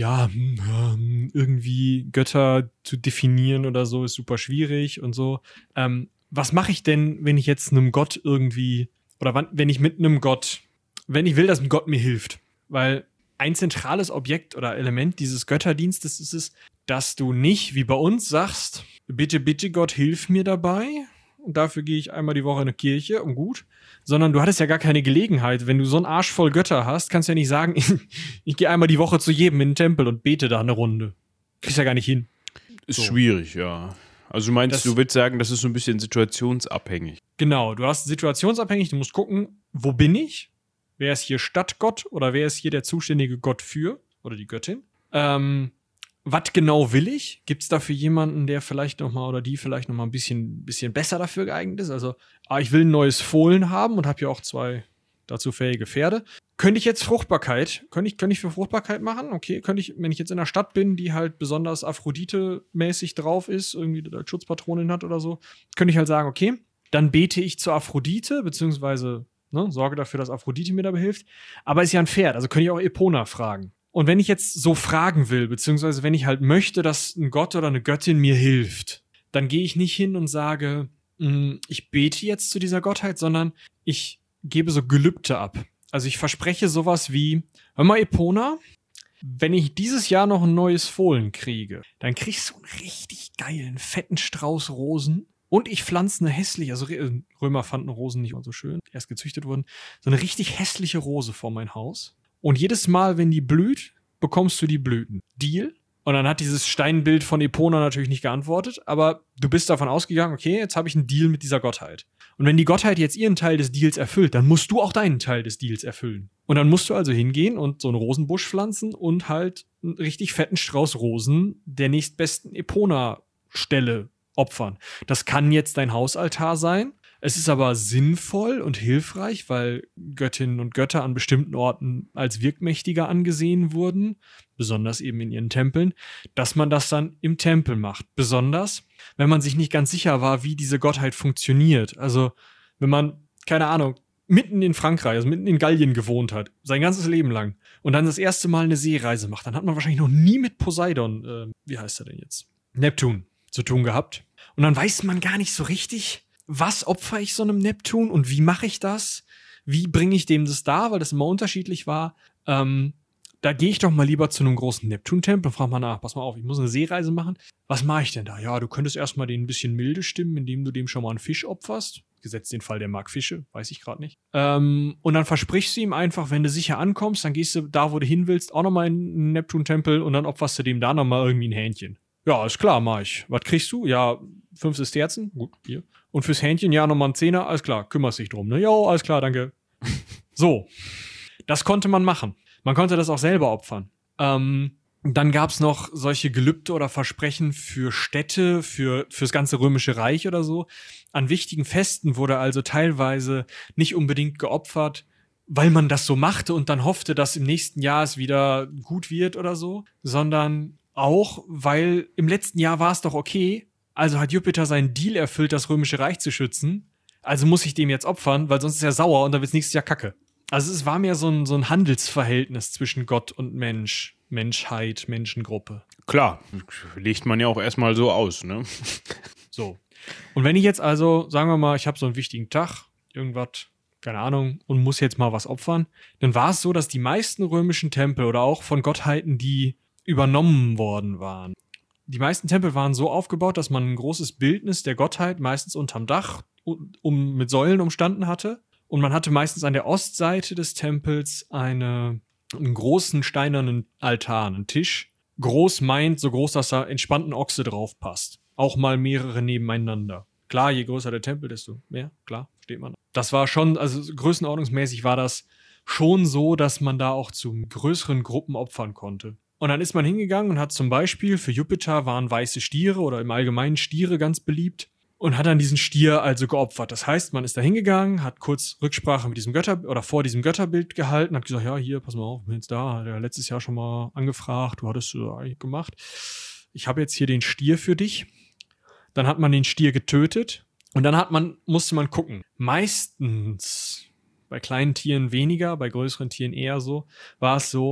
irgendwie Götter zu definieren oder so ist super schwierig und so. Was mache ich denn, wenn ich jetzt einem Gott irgendwie, oder wenn ich mit einem Gott, wenn ich will, dass ein Gott mir hilft? Weil ein zentrales Objekt oder Element dieses Götterdienstes ist es, dass du nicht, wie bei uns, sagst, bitte, bitte Gott, hilf mir dabei. Und dafür gehe ich einmal die Woche in eine Kirche und gut. Sondern du hattest ja gar keine Gelegenheit. Wenn du so einen Arsch voll Götter hast, kannst du ja nicht sagen, ich gehe einmal die Woche zu jedem in den Tempel und bete da eine Runde. Kriegst ja gar nicht hin. Ist schwierig, ja. Also du meinst, du willst sagen, das ist so ein bisschen situationsabhängig. Genau, du hast situationsabhängig, du musst gucken, wo bin ich? Wer ist hier Stadtgott oder wer ist hier der zuständige Gott für? Oder die Göttin? Was genau will ich? Gibt es dafür jemanden, der vielleicht nochmal oder die vielleicht nochmal ein bisschen besser dafür geeignet ist? Also, ich will ein neues Fohlen haben und habe ja auch 2 dazu fähige Pferde. Könnte ich jetzt Fruchtbarkeit, könnte ich für Fruchtbarkeit machen? Okay, könnte ich, wenn ich jetzt in einer Stadt bin, die halt besonders Aphrodite-mäßig drauf ist, irgendwie als Schutzpatronin hat oder so, könnte ich halt sagen, okay, dann bete ich zur Aphrodite, beziehungsweise sorge dafür, dass Aphrodite mir dabei hilft. Aber ist ja ein Pferd, also könnte ich auch Epona fragen. Und wenn ich jetzt so fragen will, beziehungsweise wenn ich halt möchte, dass ein Gott oder eine Göttin mir hilft, dann gehe ich nicht hin und sage, ich bete jetzt zu dieser Gottheit, sondern ich gebe so Gelübde ab. Also ich verspreche sowas wie, hör mal Epona, wenn ich dieses Jahr noch ein neues Fohlen kriege, dann kriegst du einen richtig geilen, fetten Strauß Rosen und ich pflanze eine hässliche, also Römer fanden Rosen nicht so schön, erst gezüchtet wurden, so eine richtig hässliche Rose vor mein Haus. Und jedes Mal, wenn die blüht, bekommst du die Blüten. Deal? Und dann hat dieses Steinbild von Epona natürlich nicht geantwortet, aber du bist davon ausgegangen, okay, jetzt habe ich einen Deal mit dieser Gottheit. Und wenn die Gottheit jetzt ihren Teil des Deals erfüllt, dann musst du auch deinen Teil des Deals erfüllen. Und dann musst du also hingehen und so einen Rosenbusch pflanzen und halt einen richtig fetten Strauß Rosen der nächstbesten Epona-Stelle opfern. Das kann jetzt dein Hausaltar sein. Es ist aber sinnvoll und hilfreich, weil Göttinnen und Götter an bestimmten Orten als wirkmächtiger angesehen wurden, besonders eben in ihren Tempeln, dass man das dann im Tempel macht. Besonders, wenn man sich nicht ganz sicher war, wie diese Gottheit funktioniert. Also, wenn man, keine Ahnung, mitten in Frankreich, also mitten in Gallien gewohnt hat, sein ganzes Leben lang, und dann das erste Mal eine Seereise macht, dann hat man wahrscheinlich noch nie mit Poseidon, wie heißt er denn jetzt? Neptun zu tun gehabt. Und dann weiß man gar nicht so richtig, was opfere ich so einem Neptun und wie mache ich das? Wie bringe ich dem das dar? Weil das immer unterschiedlich war. Da gehe ich doch mal lieber zu einem großen Neptun-Tempel und frage mal nach, pass mal auf, ich muss eine Seereise machen. Was mache ich denn da? Ja, du könntest erstmal den ein bisschen milde stimmen, indem du dem schon mal einen Fisch opferst. Gesetzt den Fall, der mag Fische, weiß ich gerade nicht. Und dann versprichst du ihm einfach, wenn du sicher ankommst, dann gehst du da, wo du hin willst, auch nochmal in den Neptun-Tempel und dann opferst du dem da nochmal irgendwie ein Hähnchen. Ja, ist klar, mach ich. Was kriegst du? Ja, 5 Sesterzen. Gut, hier. Und fürs Hähnchen, ja, nochmal ein Zehner. Alles klar, kümmerst dich drum, ne? Jo, alles klar, danke. So. Das konnte man machen. Man konnte das auch selber opfern. Dann gab's noch solche Gelübde oder Versprechen für Städte, fürs ganze Römische Reich oder so. An wichtigen Festen wurde also teilweise nicht unbedingt geopfert, weil man das so machte und dann hoffte, dass im nächsten Jahr es wieder gut wird oder so, sondern auch, weil im letzten Jahr war es doch okay, also hat Jupiter seinen Deal erfüllt, das Römische Reich zu schützen, also muss ich dem jetzt opfern, weil sonst ist er sauer und dann wird's nächstes Jahr Kacke. Also es war mehr so ein Handelsverhältnis zwischen Gott und Mensch, Menschheit, Menschengruppe. Klar, legt man ja auch erstmal so aus, ne? So. Und wenn ich jetzt also, sagen wir mal, ich habe so einen wichtigen Tag, irgendwas, keine Ahnung, und muss jetzt mal was opfern, dann war es so, dass die meisten römischen Tempel oder auch von Gottheiten, die übernommen worden waren. Die meisten Tempel waren so aufgebaut, dass man ein großes Bildnis der Gottheit meistens unterm Dach mit Säulen umstanden hatte. Und man hatte meistens an der Ostseite des Tempels einen großen steinernen Altar, einen Tisch. Groß meint, so groß, dass da entspannt ein Ochse drauf passt. Auch mal mehrere nebeneinander. Klar, je größer der Tempel, desto mehr, klar, versteht man. Das war schon, also größenordnungsmäßig war das schon so, dass man da auch zu größeren Gruppen opfern konnte. Und dann ist man hingegangen und hat zum Beispiel, für Jupiter waren weiße Stiere oder im Allgemeinen Stiere ganz beliebt und hat dann diesen Stier also geopfert. Das heißt, man ist da hingegangen, hat kurz Rücksprache mit diesem vor diesem Götterbild gehalten, hat gesagt, ja, hier, pass mal auf, ich bin jetzt da, hat er letztes Jahr schon mal angefragt, du hattest eigentlich gemacht. Ich habe jetzt hier den Stier für dich. Dann hat man den Stier getötet und dann musste man gucken. Meistens, bei kleinen Tieren weniger, bei größeren Tieren eher so, war es so,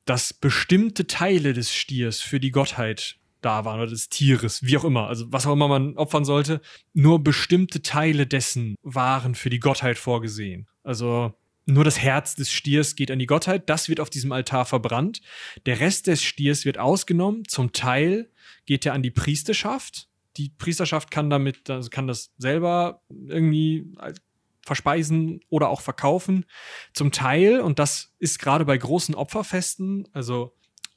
dass bestimmte Teile des Stiers für die Gottheit da waren oder des Tieres, wie auch immer, also was auch immer man opfern sollte, nur bestimmte Teile dessen waren für die Gottheit vorgesehen. Also nur das Herz des Stiers geht an die Gottheit, das wird auf diesem Altar verbrannt. Der Rest des Stiers wird ausgenommen, zum Teil geht er an die Priesterschaft. Die Priesterschaft kann das selber irgendwie verspeisen oder auch verkaufen. Zum Teil, und das ist gerade bei großen Opferfesten, also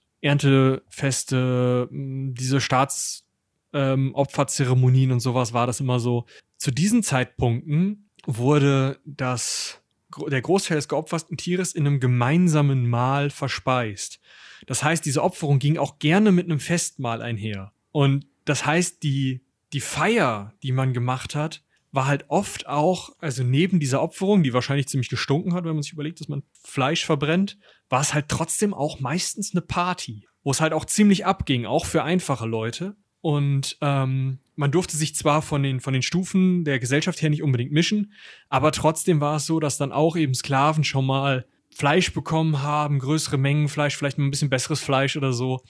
Erntefeste, diese Staatsopferzeremonien und sowas, war das immer so. Zu diesen Zeitpunkten wurde der Großteil des geopferten Tieres in einem gemeinsamen Mahl verspeist. Das heißt, diese Opferung ging auch gerne mit einem Festmahl einher. Und das heißt, die Feier, die man gemacht hat, war halt oft auch, also neben dieser Opferung, die wahrscheinlich ziemlich gestunken hat, wenn man sich überlegt, dass man Fleisch verbrennt, war es halt trotzdem auch meistens eine Party, wo es halt auch ziemlich abging, auch für einfache Leute. Und man durfte sich zwar von den Stufen der Gesellschaft her nicht unbedingt mischen, aber trotzdem war es so, dass dann auch eben Sklaven schon mal Fleisch bekommen haben, größere Mengen Fleisch, vielleicht mal ein bisschen besseres Fleisch oder so.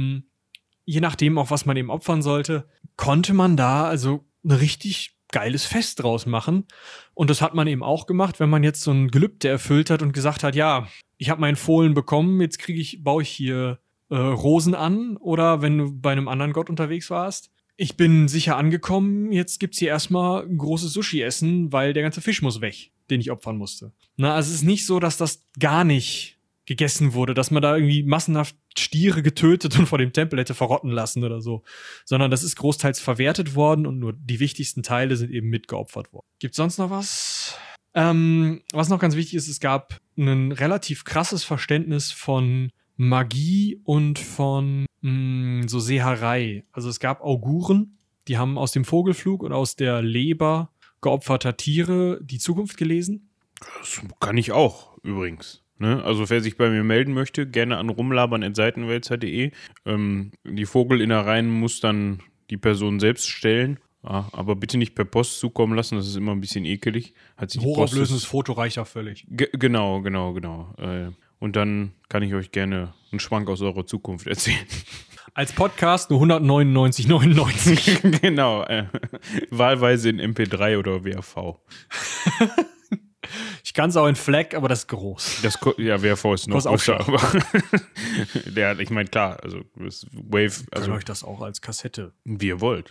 Je nachdem auch, was man eben opfern sollte, konnte man da also ein richtig geiles Fest draus machen. Und das hat man eben auch gemacht, wenn man jetzt so ein Gelübde erfüllt hat und gesagt hat, ja, ich habe meinen Fohlen bekommen, jetzt baue ich hier Rosen an, oder wenn du bei einem anderen Gott unterwegs warst, ich bin sicher angekommen, jetzt gibt's hier erstmal ein großes Sushi-Essen, weil der ganze Fisch muss weg, den ich opfern musste. Na, also es ist nicht so, dass das gar nicht gegessen wurde, dass man da irgendwie massenhaft Stiere getötet und vor dem Tempel hätte verrotten lassen oder so, sondern das ist großteils verwertet worden und nur die wichtigsten Teile sind eben mitgeopfert worden. Gibt's sonst noch was? Was noch ganz wichtig ist, es gab ein relativ krasses Verständnis von Magie und von so Seherei. Also es gab Auguren, die haben aus dem Vogelflug und aus der Leber geopferter Tiere die Zukunft gelesen. Das kann ich auch, übrigens. Ne? Also wer sich bei mir melden möchte, gerne an rumlabern@seitenwälzer.de. Die Vogelinnereien muss dann die Person selbst stellen. Ja, aber bitte nicht per Post zukommen lassen, das ist immer ein bisschen ekelig. Ein hochauflösendes Foto reicht ja völlig. Genau. Und dann kann ich euch gerne einen Schwank aus eurer Zukunft erzählen. Als Podcast nur 199,99. Genau. Wahlweise in MP3 oder WAV. Ich kann es auch in FLAC, aber das ist groß. WAV ist noch größer. Ich meine, klar, also das Wave. Also euch das auch als Kassette. Wie ihr wollt.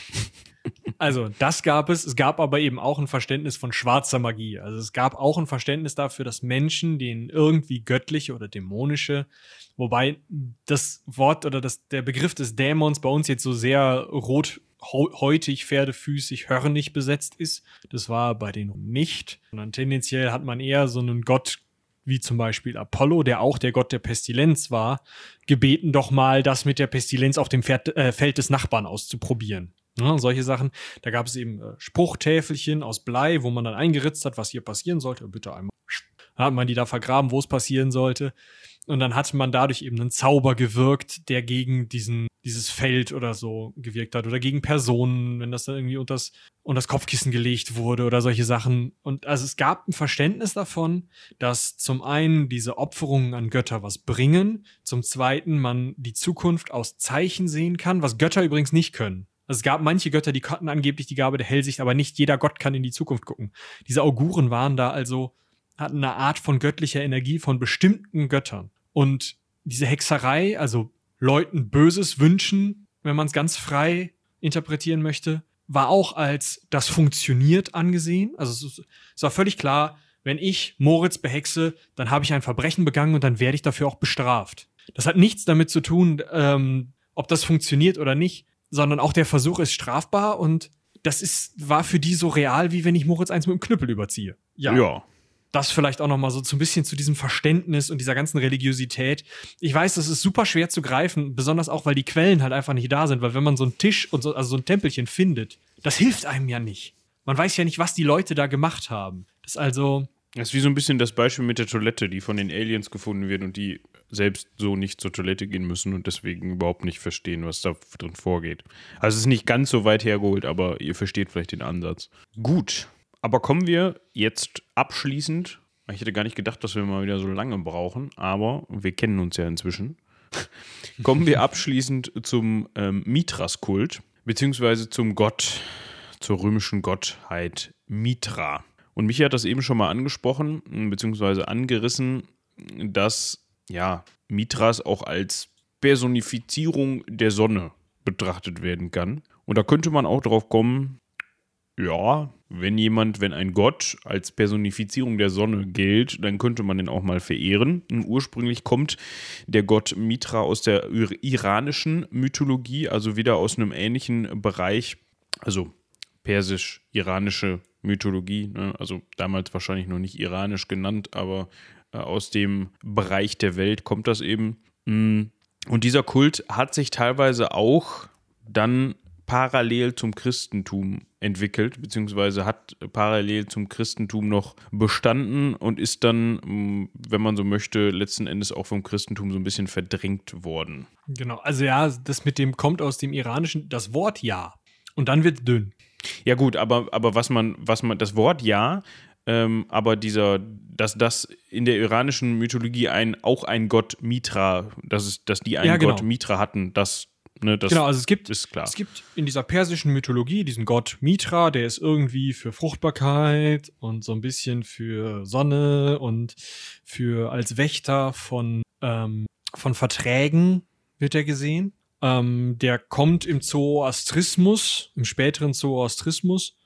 Also, das gab es. Es gab aber eben auch ein Verständnis von schwarzer Magie. Also, es gab auch ein Verständnis dafür, dass Menschen, denen irgendwie göttliche oder dämonische, wobei das Wort oder der Begriff des Dämons bei uns jetzt so sehr rothäutig, pferdefüßig, hörnig besetzt ist. Das war bei denen nicht. Sondern tendenziell hat man eher so einen Gott, wie zum Beispiel Apollo, der auch der Gott der Pestilenz war, gebeten, doch mal das mit der Pestilenz auf dem Feld des Nachbarn auszuprobieren. Ja, solche Sachen. Da gab es eben Spruchtäfelchen aus Blei, wo man dann eingeritzt hat, was hier passieren sollte. Bitte einmal. Dann hat man die da vergraben, wo es passieren sollte. Und dann hat man dadurch eben einen Zauber gewirkt, der gegen dieses Feld oder so gewirkt hat. Oder gegen Personen, wenn das dann irgendwie unter das Kopfkissen gelegt wurde oder solche Sachen. Und also es gab ein Verständnis davon, dass zum einen diese Opferungen an Götter was bringen, zum zweiten man die Zukunft aus Zeichen sehen kann, was Götter übrigens nicht können. Also es gab manche Götter, die hatten angeblich die Gabe der Hellsicht, aber nicht jeder Gott kann in die Zukunft gucken. Diese Auguren waren da also, hatten eine Art von göttlicher Energie von bestimmten Göttern. Und diese Hexerei, also Leuten Böses wünschen, wenn man es ganz frei interpretieren möchte, war auch als das funktioniert angesehen. Also es war völlig klar, wenn ich Moritz behexe, dann habe ich ein Verbrechen begangen und dann werde ich dafür auch bestraft. Das hat nichts damit zu tun, ob das funktioniert oder nicht, sondern auch der Versuch ist strafbar und war für die so real, wie wenn ich Moritz eins mit dem Knüppel überziehe. Ja. Das vielleicht auch noch mal so ein bisschen zu diesem Verständnis und dieser ganzen Religiosität. Ich weiß, das ist super schwer zu greifen, besonders auch, weil die Quellen halt einfach nicht da sind, weil wenn man so einen Tisch und so ein Tempelchen findet, das hilft einem ja nicht. Man weiß ja nicht, was die Leute da gemacht haben. Das ist wie so ein bisschen das Beispiel mit der Toilette, die von den Aliens gefunden wird und die selbst so nicht zur Toilette gehen müssen und deswegen überhaupt nicht verstehen, was da drin vorgeht. Also es ist nicht ganz so weit hergeholt, aber ihr versteht vielleicht den Ansatz. Gut, aber kommen wir jetzt abschließend Ich hätte gar nicht gedacht, dass wir mal wieder so lange brauchen, aber wir kennen uns ja inzwischen. Kommen wir abschließend zum Mithras-Kult, beziehungsweise zum Gott, zur römischen Gottheit Mithra. Und Michi hat das eben schon mal angesprochen, beziehungsweise angerissen, dass ja Mithras auch als Personifizierung der Sonne betrachtet werden kann. Und da könnte man auch drauf kommen, ja, wenn ein Gott als Personifizierung der Sonne gilt, dann könnte man den auch mal verehren. Und ursprünglich kommt der Gott Mithra aus der iranischen Mythologie, also wieder aus einem ähnlichen Bereich, also persisch-iranische Mythologie, ne? Also damals wahrscheinlich noch nicht iranisch genannt, aber aus dem Bereich der Welt kommt das eben. Und dieser Kult hat sich teilweise auch dann parallel zum Christentum entwickelt, beziehungsweise hat parallel zum Christentum noch bestanden und ist dann, wenn man so möchte, letzten Endes auch vom Christentum so ein bisschen verdrängt worden. Genau, also ja, das mit dem kommt aus dem Iranischen, das Wort ja. Und dann wird dünn. Ja gut, aber was man, das Wort ja, aber dass das in der iranischen Mythologie auch ein Gott Mithra, dass die einen Gott Mithra hatten, das genau, also ist klar. Es gibt in dieser persischen Mythologie diesen Gott Mithra, der ist irgendwie für Fruchtbarkeit und so ein bisschen für Sonne und als Wächter von Verträgen wird er gesehen. Der kommt im Zoroastrismus, im späteren Zoroastrismus,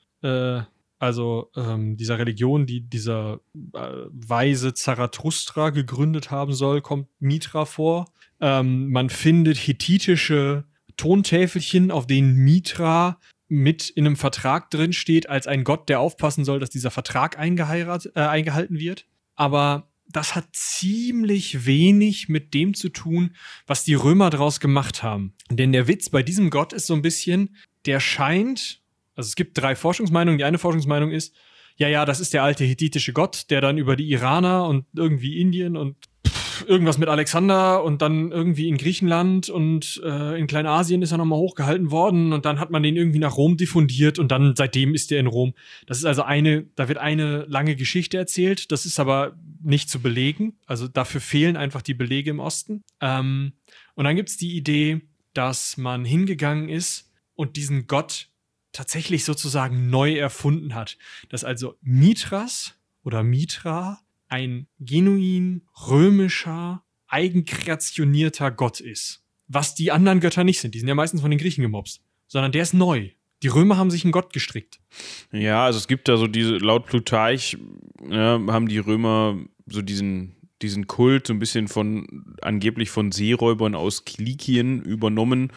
dieser Religion, die dieser weise Zarathustra gegründet haben soll, kommt Mithra vor. Man findet hethitische Tontäfelchen, auf denen Mithra mit in einem Vertrag drin steht, als ein Gott, der aufpassen soll, dass dieser Vertrag eingehalten wird. Aber das hat ziemlich wenig mit dem zu tun, was die Römer draus gemacht haben. Denn der Witz bei diesem Gott ist so ein bisschen, der scheint, also es gibt 3 Forschungsmeinungen. Die eine Forschungsmeinung ist, ja, das ist der alte hethitische Gott, der dann über die Iraner und irgendwie Indien und irgendwas mit Alexander und dann irgendwie in Griechenland und in Kleinasien ist er nochmal hochgehalten worden und dann hat man den irgendwie nach Rom diffundiert und dann seitdem ist er in Rom. Das ist also da wird eine lange Geschichte erzählt, das ist aber nicht zu belegen, also dafür fehlen einfach die Belege im Osten. Und dann gibt's die Idee, dass man hingegangen ist und diesen Gott tatsächlich sozusagen neu erfunden hat. Dass also Mithras oder Mithra ein genuin römischer, eigenkreationierter Gott ist. Was die anderen Götter nicht sind. Die sind ja meistens von den Griechen gemobst. Sondern der ist neu. Die Römer haben sich einen Gott gestrickt. Ja, also es gibt da so laut Plutarch, haben die Römer so diesen Kult so ein bisschen angeblich von Seeräubern aus Kilikien übernommen.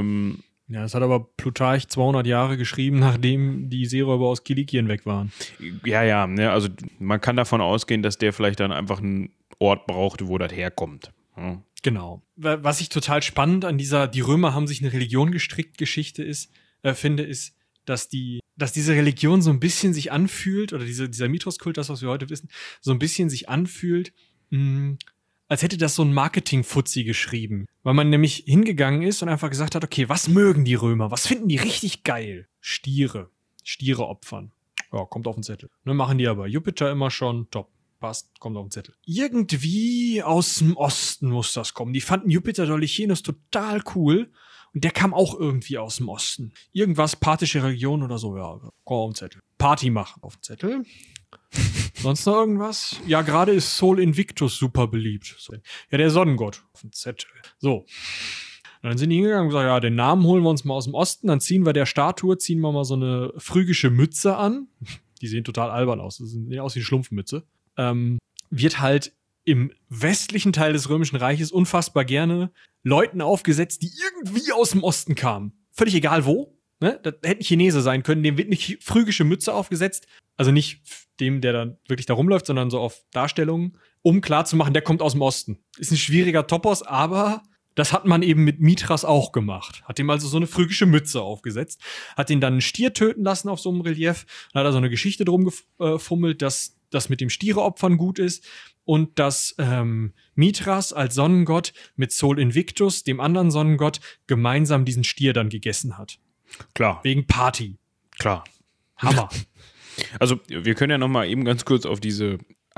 Ja, das hat aber Plutarch 200 Jahre geschrieben, nachdem die Seeräuber aus Kilikien weg waren. Ja, also man kann davon ausgehen, dass der vielleicht dann einfach einen Ort brauchte, wo das herkommt. Ja. Genau. Was ich total spannend an die Römer haben sich eine Religion gestrickt Geschichte finde, ist, dass diese Religion so ein bisschen sich anfühlt, oder dieser Mithras-Kult, das, was wir heute wissen, so ein bisschen sich anfühlt, als hätte das so ein Marketing-Fuzzi geschrieben. Weil man nämlich hingegangen ist und einfach gesagt hat, okay, was mögen die Römer? Was finden die richtig geil? Stiere opfern. Ja, kommt auf den Zettel. Ne, machen die aber Jupiter immer schon, top, passt, kommt auf den Zettel. Irgendwie aus dem Osten muss das kommen. Die fanden Jupiter Dolichenos total cool und der kam auch irgendwie aus dem Osten. Irgendwas, parthische Religion oder so, ja, kommt auf den Zettel. Party machen auf den Zettel. Sonst noch irgendwas? Ja, gerade ist Sol Invictus super beliebt. Ja, der Sonnengott. Auf dem Zettel. So. Und dann sind die hingegangen und gesagt, ja, den Namen holen wir uns mal aus dem Osten, dann ziehen wir der Statue, mal so eine phrygische Mütze an. Die sehen total albern aus. Das sehen aus wie eine Schlumpfmütze. Wird halt im westlichen Teil des Römischen Reiches unfassbar gerne Leuten aufgesetzt, die irgendwie aus dem Osten kamen. Völlig egal wo. Ne? Das hätten Chinesen sein können, dem wird eine phrygische Mütze aufgesetzt. Also nicht dem, der dann wirklich da rumläuft, sondern so auf Darstellungen, um klarzumachen, der kommt aus dem Osten. Ist ein schwieriger Topos, aber das hat man eben mit Mithras auch gemacht. Hat ihm also so eine phrygische Mütze aufgesetzt, hat ihn dann einen Stier töten lassen auf so einem Relief, dann hat er so eine Geschichte drum gefummelt, dass das mit dem Stiereopfern gut ist und dass Mithras als Sonnengott mit Sol Invictus, dem anderen Sonnengott, gemeinsam diesen Stier dann gegessen hat. Klar. Wegen Party. Klar. Hammer. Also wir können ja noch mal eben ganz kurz auf diese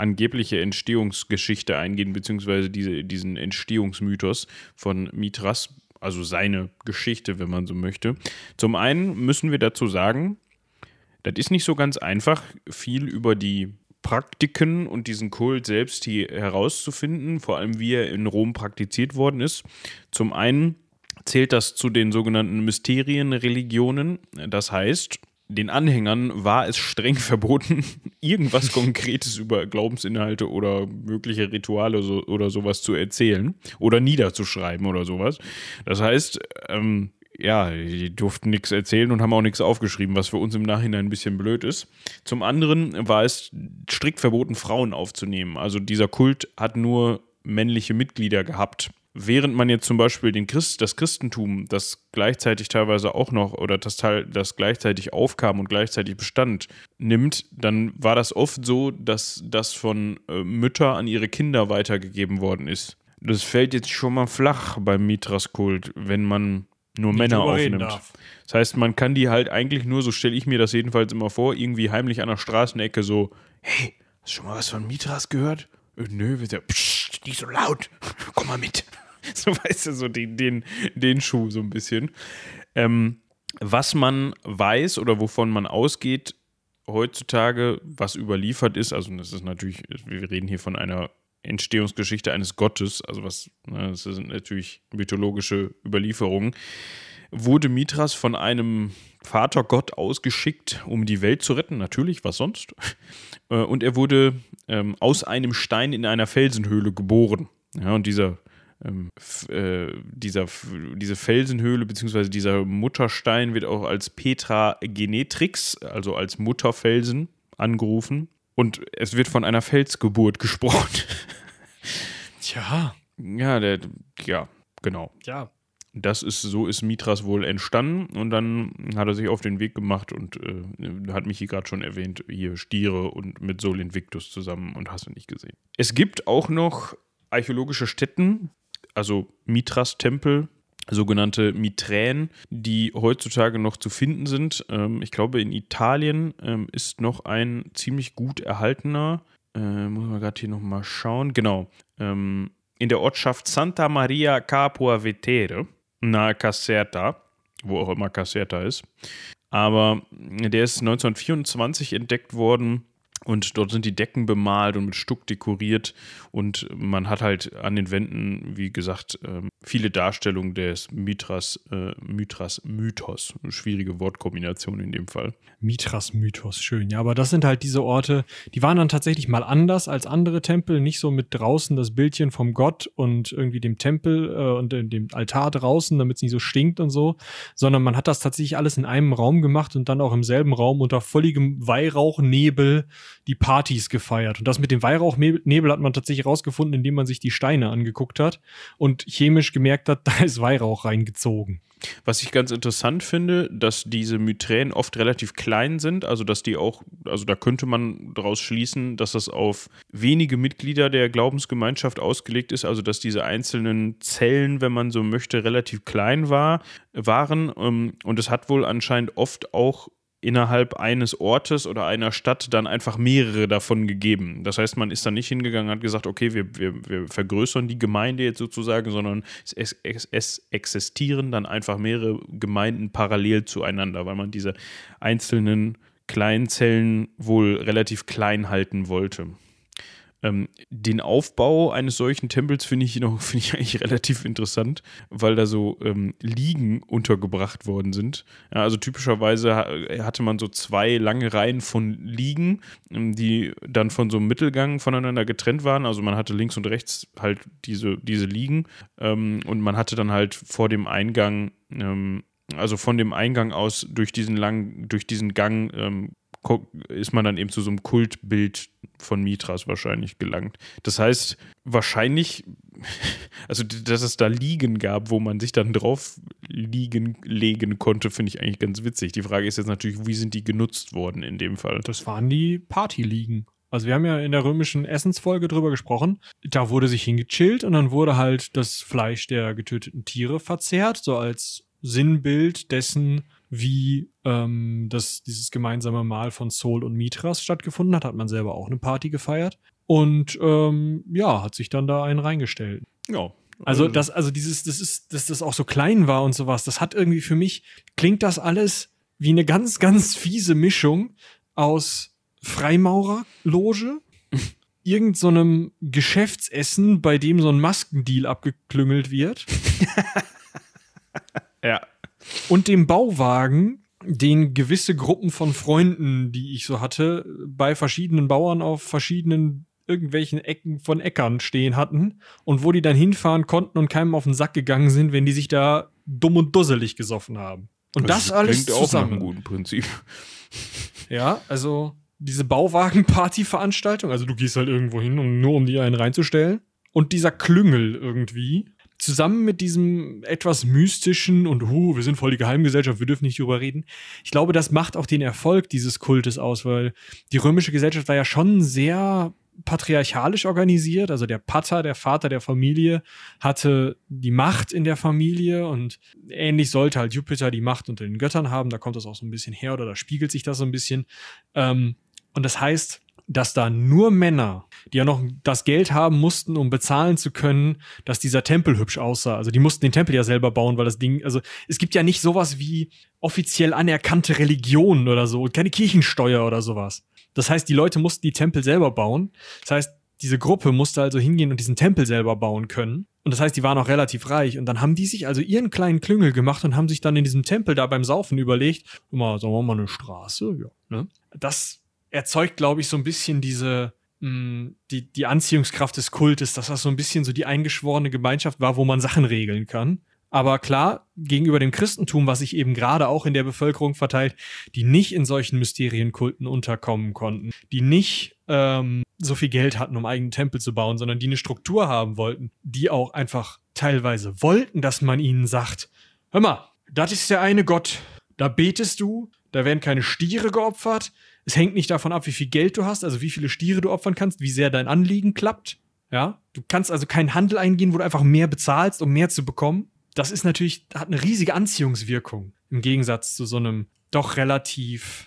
angebliche Entstehungsgeschichte eingehen, beziehungsweise diesen Entstehungsmythos von Mithras, also seine Geschichte, wenn man so möchte. Zum einen müssen wir dazu sagen, das ist nicht so ganz einfach, viel über die Praktiken und diesen Kult selbst hier herauszufinden, vor allem wie er in Rom praktiziert worden ist. Zum einen zählt das zu den sogenannten Mysterienreligionen. Das heißt, den Anhängern war es streng verboten, irgendwas Konkretes über Glaubensinhalte oder mögliche Rituale oder sowas zu erzählen oder niederzuschreiben oder sowas. Das heißt, die durften nichts erzählen und haben auch nichts aufgeschrieben, was für uns im Nachhinein ein bisschen blöd ist. Zum anderen war es strikt verboten, Frauen aufzunehmen. Also dieser Kult hat nur männliche Mitglieder gehabt. Während man jetzt zum Beispiel das Christentum, das gleichzeitig teilweise auch noch oder das gleichzeitig aufkam und gleichzeitig bestand, nimmt, dann war das oft so, dass das von Müttern an ihre Kinder weitergegeben worden ist. Das fällt jetzt schon mal flach beim Mithras-Kult, wenn man nur Männer aufnimmt. Das heißt, man kann die halt eigentlich nur, so stelle ich mir das jedenfalls immer vor, irgendwie heimlich an der Straßenecke so, hey, hast du schon mal was von Mithras gehört? Nö, psst, nicht so laut, komm mal mit. So, weißt du, so den Schuh so ein bisschen. Was man weiß oder wovon man ausgeht heutzutage, was überliefert ist, also das ist natürlich, wir reden hier von einer Entstehungsgeschichte eines Gottes, also das sind natürlich mythologische Überlieferungen, wurde Mithras von einem Vatergott ausgeschickt, um die Welt zu retten, natürlich, was sonst. Und er wurde aus einem Stein in einer Felsenhöhle geboren. Ja, und diese Felsenhöhle bzw. dieser Mutterstein wird auch als Petra Genetrix, also als Mutterfelsen, angerufen. Und es wird von einer Felsgeburt gesprochen. Tja. Ja, genau. Ja. So ist Mithras wohl entstanden und dann hat er sich auf den Weg gemacht und hat Michi gerade schon erwähnt, hier Stiere und mit Sol Invictus zusammen und hast du nicht gesehen. Es gibt auch noch archäologische Stätten, also Mithras-Tempel, sogenannte Miträen, die heutzutage noch zu finden sind. Ich glaube, in Italien ist noch ein ziemlich gut erhaltener, muss man gerade hier nochmal schauen, genau, in der Ortschaft Santa Maria Capua Vetere, nahe Caserta, wo auch immer Caserta ist. Aber der ist 1924 entdeckt worden. Und dort sind die Decken bemalt und mit Stuck dekoriert und man hat halt an den Wänden, wie gesagt, viele Darstellungen des Mithras-Mythos. Schwierige Wortkombination in dem Fall. Mithras-Mythos, schön. Ja, aber das sind halt diese Orte, die waren dann tatsächlich mal anders als andere Tempel. Nicht so mit draußen das Bildchen vom Gott und irgendwie dem Tempel und dem Altar draußen, damit es nicht so stinkt und so, sondern man hat das tatsächlich alles in einem Raum gemacht und dann auch im selben Raum unter völligem Weihrauchnebel die Partys gefeiert. Und das mit dem Weihrauchnebel hat man tatsächlich rausgefunden, indem man sich die Steine angeguckt hat und chemisch gemerkt hat, da ist Weihrauch reingezogen. Was ich ganz interessant finde, dass diese Miträen oft relativ klein sind, also dass die auch, also da könnte man daraus schließen, dass das auf wenige Mitglieder der Glaubensgemeinschaft ausgelegt ist, also dass diese einzelnen Zellen, wenn man so möchte, relativ klein waren und es hat wohl anscheinend oft auch innerhalb eines Ortes oder einer Stadt dann einfach mehrere davon gegeben. Das heißt, man ist dann nicht hingegangen und hat gesagt, okay, wir vergrößern die Gemeinde jetzt sozusagen, sondern es existieren dann einfach mehrere Gemeinden parallel zueinander, weil man diese einzelnen kleinen Zellen wohl relativ klein halten wollte. Den Aufbau eines solchen Tempels finde ich eigentlich relativ interessant, weil da so Liegen untergebracht worden sind. Ja, also typischerweise hatte man so 2 lange Reihen von Liegen, die dann von so einem Mittelgang voneinander getrennt waren. Also man hatte links und rechts halt diese Liegen und man hatte dann halt vor dem Eingang, also von dem Eingang aus durch diesen Gang ist man dann eben zu so einem Kultbild von Mithras wahrscheinlich gelangt. Das heißt, wahrscheinlich, also dass es da Liegen gab, wo man sich dann drauf legen konnte, finde ich eigentlich ganz witzig. Die Frage ist jetzt natürlich, wie sind die genutzt worden in dem Fall? Das waren die Partyliegen. Also wir haben ja in der römischen Essensfolge drüber gesprochen. Da wurde sich hingechillt und dann wurde halt das Fleisch der getöteten Tiere verzehrt, so als Sinnbild dessen, wie dieses gemeinsame Mahl von Sol und Mithras stattgefunden hat man selber auch eine Party gefeiert. und hat sich dann da einen reingestellt. Ja. Also dass das auch so klein war und sowas, das hat irgendwie für mich, klingt das alles wie eine ganz, ganz fiese Mischung aus Freimaurerloge, irgend so einem Geschäftsessen, bei dem so ein Maskendeal abgeklüngelt wird. Ja. Und dem Bauwagen, den gewisse Gruppen von Freunden, die ich so hatte, bei verschiedenen Bauern auf verschiedenen irgendwelchen Ecken von Äckern stehen hatten und wo die dann hinfahren konnten und keinem auf den Sack gegangen sind, wenn die sich da dumm und dusselig gesoffen haben. Und das alles klingt zusammen. Auch nach einem guten Prinzip. Ja, also diese Bauwagen-Party-Veranstaltung, also du gehst halt irgendwo hin, um dir einen reinzustellen. Und dieser Klüngel irgendwie, zusammen mit diesem etwas mystischen und wir sind voll die Geheimgesellschaft, wir dürfen nicht drüber reden. Ich glaube, das macht auch den Erfolg dieses Kultes aus, weil die römische Gesellschaft war ja schon sehr patriarchalisch organisiert. Also der Pater, der Vater der Familie, hatte die Macht in der Familie und ähnlich sollte halt Jupiter die Macht unter den Göttern haben. Da kommt das auch so ein bisschen her oder da spiegelt sich das so ein bisschen. Und das heißt, dass da nur Männer, die ja noch das Geld haben mussten, um bezahlen zu können, dass dieser Tempel hübsch aussah. Also die mussten den Tempel ja selber bauen, weil das Ding, also es gibt ja nicht sowas wie offiziell anerkannte Religionen oder so, keine Kirchensteuer oder sowas. Das heißt, die Leute mussten die Tempel selber bauen. Das heißt, diese Gruppe musste also hingehen und diesen Tempel selber bauen können. Und das heißt, die waren auch relativ reich. Und dann haben die sich also ihren kleinen Klüngel gemacht und haben sich dann in diesem Tempel da beim Saufen überlegt, sagen wir mal eine Straße, ja, ne? Das erzeugt, glaube ich, so ein bisschen die Anziehungskraft des Kultes, dass das so ein bisschen so die eingeschworene Gemeinschaft war, wo man Sachen regeln kann. Aber klar, gegenüber dem Christentum, was sich eben gerade auch in der Bevölkerung verteilt, die nicht in solchen Mysterienkulten unterkommen konnten, die nicht so viel Geld hatten, um eigenen Tempel zu bauen, sondern die eine Struktur haben wollten, die auch einfach teilweise wollten, dass man ihnen sagt, hör mal, das ist der eine Gott, da betest du, da werden keine Stiere geopfert, es hängt nicht davon ab, wie viel Geld du hast, also wie viele Stiere du opfern kannst, wie sehr dein Anliegen klappt. Ja, du kannst also keinen Handel eingehen, wo du einfach mehr bezahlst, um mehr zu bekommen. Das ist natürlich, hat eine riesige Anziehungswirkung im Gegensatz zu so einem doch relativ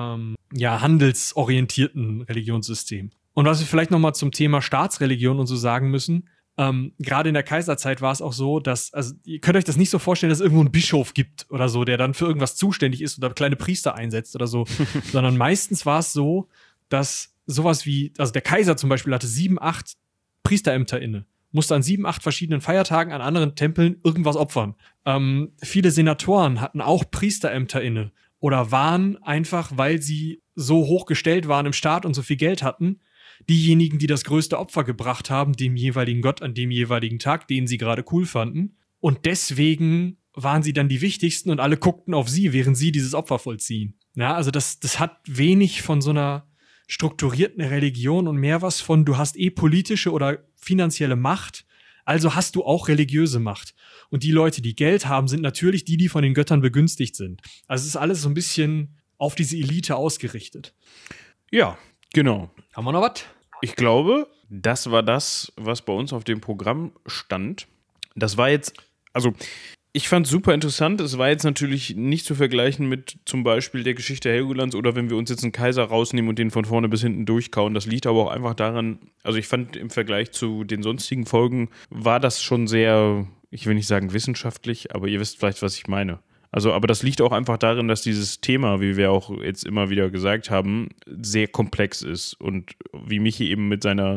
handelsorientierten Religionssystem. Und was wir vielleicht noch mal zum Thema Staatsreligion und so sagen müssen, gerade in der Kaiserzeit war es auch so, dass, also ihr könnt euch das nicht so vorstellen, dass es irgendwo einen Bischof gibt oder so, der dann für irgendwas zuständig ist oder kleine Priester einsetzt oder so, sondern meistens war es so, dass sowas wie, also der Kaiser zum Beispiel hatte 7, 8 Priesterämter inne, musste an 7, 8 verschiedenen Feiertagen an anderen Tempeln irgendwas opfern. Viele Senatoren hatten auch Priesterämter inne oder waren einfach, weil sie so hoch gestellt waren im Staat und so viel Geld hatten, diejenigen, die das größte Opfer gebracht haben, dem jeweiligen Gott an dem jeweiligen Tag, den sie gerade cool fanden. Und deswegen waren sie dann die wichtigsten und alle guckten auf sie, während sie dieses Opfer vollziehen. Ja, also das hat wenig von so einer strukturierten Religion und mehr was von, du hast politische oder finanzielle Macht, also hast du auch religiöse Macht. Und die Leute, die Geld haben, sind natürlich die von den Göttern begünstigt sind. Also es ist alles so ein bisschen auf diese Elite ausgerichtet. Ja, genau. Haben wir noch was? Ich glaube, das war das, was bei uns auf dem Programm stand. Das war jetzt, also ich fand es super interessant. Es war jetzt natürlich nicht zu vergleichen mit zum Beispiel der Geschichte Helgolands oder wenn wir uns jetzt einen Kaiser rausnehmen und den von vorne bis hinten durchkauen. Das liegt aber auch einfach daran, also ich fand im Vergleich zu den sonstigen Folgen war das schon sehr, ich will nicht sagen wissenschaftlich, aber ihr wisst vielleicht, was ich meine. Also, aber das liegt auch einfach darin, dass dieses Thema, wie wir auch jetzt immer wieder gesagt haben, sehr komplex ist. Und wie Michi eben mit seiner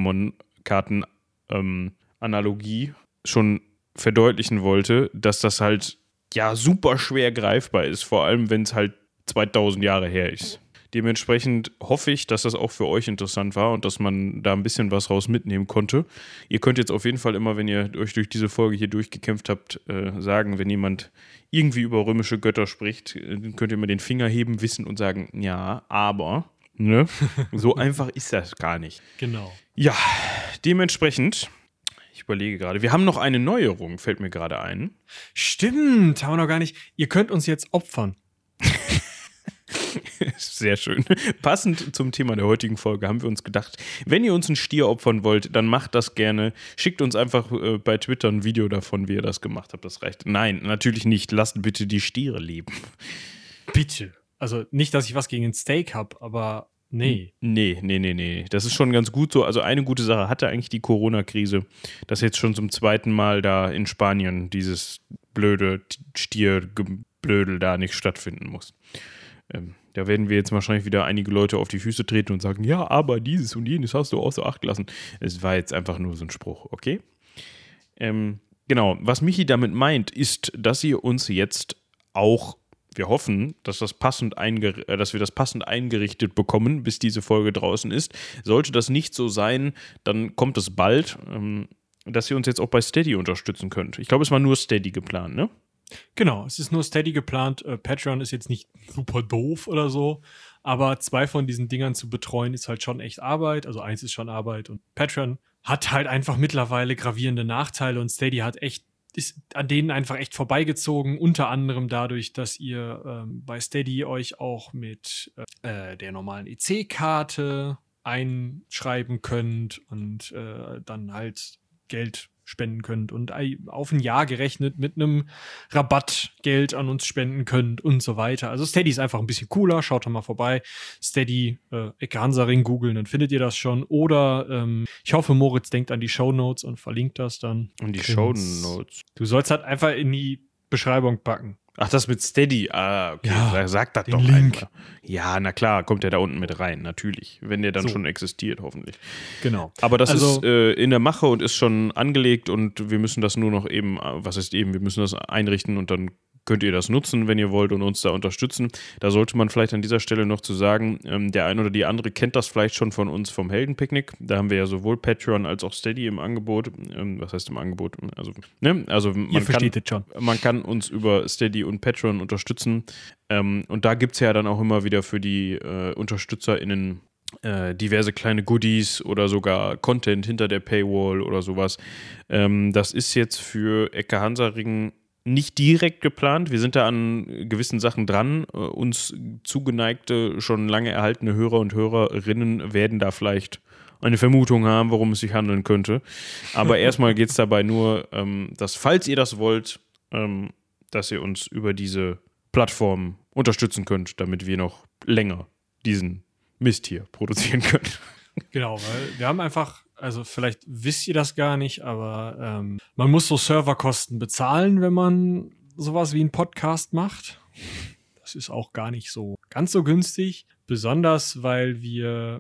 Pokémon-Karten-Analogie schon verdeutlichen wollte, dass das halt ja super schwer greifbar ist, vor allem wenn es halt 2000 Jahre her ist. Dementsprechend hoffe ich, dass das auch für euch interessant war und dass man da ein bisschen was raus mitnehmen konnte. Ihr könnt jetzt auf jeden Fall immer, wenn ihr euch durch diese Folge hier durchgekämpft habt, sagen, wenn jemand irgendwie über römische Götter spricht, könnt ihr immer den Finger heben, wissen und sagen, ja, aber, ne? So einfach ist das gar nicht. Genau. Ja, dementsprechend, ich überlege gerade, wir haben noch eine Neuerung, fällt mir gerade ein. Stimmt, haben wir noch gar nicht. Ihr könnt uns jetzt opfern. Sehr schön. Passend zum Thema der heutigen Folge haben wir uns gedacht, wenn ihr uns einen Stier opfern wollt, dann macht das gerne. Schickt uns einfach bei Twitter ein Video davon, wie ihr das gemacht habt. Das reicht. Nein, natürlich nicht. Lasst bitte die Stiere leben. Bitte. Also nicht, dass ich was gegen ein Steak habe, aber Nee. Nee. Das ist schon ganz gut so. Also eine gute Sache hatte eigentlich die Corona-Krise, dass jetzt schon zum zweiten Mal da in Spanien dieses blöde Stiergeblödel da nicht stattfinden muss. Da werden wir jetzt wahrscheinlich wieder einige Leute auf die Füße treten und sagen, ja, aber dieses und jenes hast du außer Acht gelassen. Es war jetzt einfach nur so ein Spruch, okay? Genau, was Michi damit meint, ist, dass ihr uns jetzt auch, wir hoffen, dass wir das passend eingerichtet bekommen, bis diese Folge draußen ist. Sollte das nicht so sein, dann kommt es bald, dass ihr uns jetzt auch bei Steady unterstützen könnt. Ich glaube, es war nur Steady geplant, ne? Genau, es ist nur Steady geplant. Patreon ist jetzt nicht super doof oder so, aber 2 von diesen Dingern zu betreuen ist halt schon echt Arbeit. Also 1 ist schon Arbeit und Patreon hat halt einfach mittlerweile gravierende Nachteile und Steady ist an denen einfach echt vorbeigezogen, unter anderem dadurch, dass ihr bei Steady euch auch mit der normalen EC-Karte einschreiben könnt und dann halt Geld spenden könnt und auf ein Jahr gerechnet mit einem Rabatt Geld an uns spenden könnt und so weiter. Also Steady ist einfach ein bisschen cooler, schaut da mal vorbei. Steady, Ecke Hansaring googeln, dann findet ihr das schon. Oder ich hoffe, Moritz denkt an die Shownotes und verlinkt das dann. Und die Shownotes. Du sollst halt einfach in die Beschreibung packen. Ach, das mit Steady. Ah, okay. Ja, sag das den doch Link. einfach. Ja, na klar, kommt der da unten mit rein, natürlich. Wenn der dann So. schon existiert, hoffentlich. Genau. Aber das Also- ist in der Mache und ist schon angelegt und wir müssen das nur noch eben, wir müssen das einrichten und dann könnt ihr das nutzen, wenn ihr wollt und uns da unterstützen. Da sollte man vielleicht an dieser Stelle noch zu sagen, der eine oder die andere kennt das vielleicht schon von uns vom Heldenpicknick. Da haben wir ja sowohl Patreon als auch Steady im Angebot. Was heißt im Angebot? Also man kann uns über Steady und Patreon unterstützen. Und da gibt es ja dann auch immer wieder für die UnterstützerInnen diverse kleine Goodies oder sogar Content hinter der Paywall oder sowas. Das ist jetzt für Ecke Hansaring nicht direkt geplant. Wir sind da an gewissen Sachen dran. Uns zugeneigte, schon lange erhaltene Hörer und Hörerinnen werden da vielleicht eine Vermutung haben, worum es sich handeln könnte. Aber erstmal geht es dabei nur, dass, falls ihr das wollt, dass ihr uns über diese Plattform unterstützen könnt, damit wir noch länger diesen Mist hier produzieren können. Genau, weil wir haben einfach, also vielleicht wisst ihr das gar nicht, aber man muss so Serverkosten bezahlen, wenn man sowas wie einen Podcast macht. Das ist auch gar nicht so ganz so günstig, besonders weil wir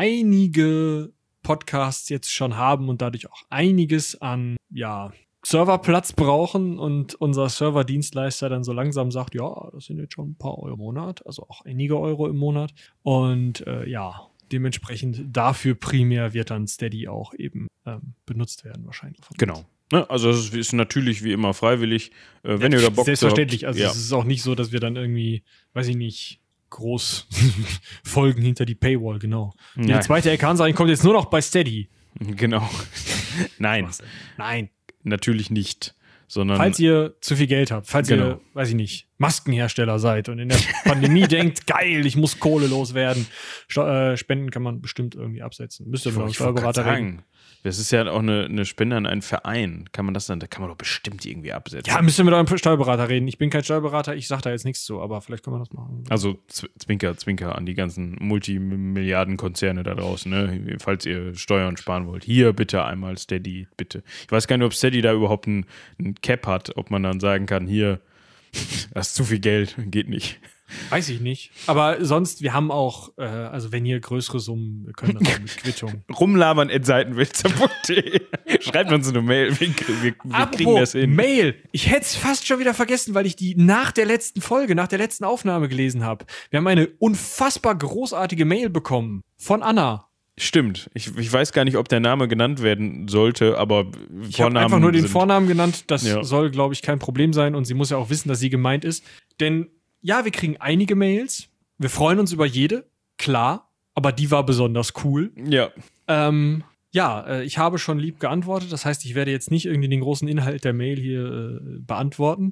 einige Podcasts jetzt schon haben und dadurch auch einiges an, Serverplatz brauchen und unser Serverdienstleister dann so langsam sagt, ja, das sind jetzt schon ein paar Euro im Monat, also auch einige Euro im Monat und dementsprechend dafür primär wird dann Steady auch eben benutzt werden wahrscheinlich. Genau. Ne, also es ist natürlich wie immer freiwillig. Wenn ihr da Bock habt. Selbstverständlich. Also es ist auch nicht so, dass wir dann irgendwie, weiß ich nicht, groß Folgen hinter die Paywall, genau. Die zweite Ecke kommt jetzt nur noch bei Steady. Genau. Nein, natürlich nicht. Sondern falls ihr zu viel Geld habt, falls ihr, weiß ich nicht, Maskenhersteller seid und in der Pandemie denkt, geil, ich muss Kohle loswerden. Spenden kann man bestimmt irgendwie absetzen. Müsst ihr mit einem Steuerberater reden. Das ist ja auch eine Spende an einen Verein. Kann man das dann, da kann man doch bestimmt irgendwie absetzen. Ja, müsst ihr mit eurem Steuerberater reden. Ich bin kein Steuerberater, ich sag da jetzt nichts zu, aber vielleicht können wir das machen. Also Zwinker an die ganzen Multimilliardenkonzerne da draußen, ne? Falls ihr Steuern sparen wollt. Hier bitte einmal Steady, bitte. Ich weiß gar nicht, ob Steady da überhaupt einen Cap hat, ob man dann sagen kann, hier, das ist zu viel Geld, geht nicht. Weiß ich nicht. Aber sonst, wir haben auch, also wenn ihr größere Summen, wir können das auch mit Quittung. Rumlabern@seitenwälzer.de. Schreibt uns eine Mail, wir kriegen das hin. Mail! Ich hätte es fast schon wieder vergessen, weil ich die nach der letzten Folge, nach der letzten Aufnahme gelesen habe. Wir haben eine unfassbar großartige Mail bekommen von Anna. Stimmt. Ich weiß gar nicht, ob der Name genannt werden sollte, aber ich habe einfach nur den Vornamen genannt. Das soll, glaube ich, kein Problem sein. Und sie muss ja auch wissen, dass sie gemeint ist. Denn ja, wir kriegen einige Mails. Wir freuen uns über jede, klar. Aber die war besonders cool. Ja. Ich habe schon lieb geantwortet. Das heißt, ich werde jetzt nicht irgendwie den großen Inhalt der Mail hier beantworten.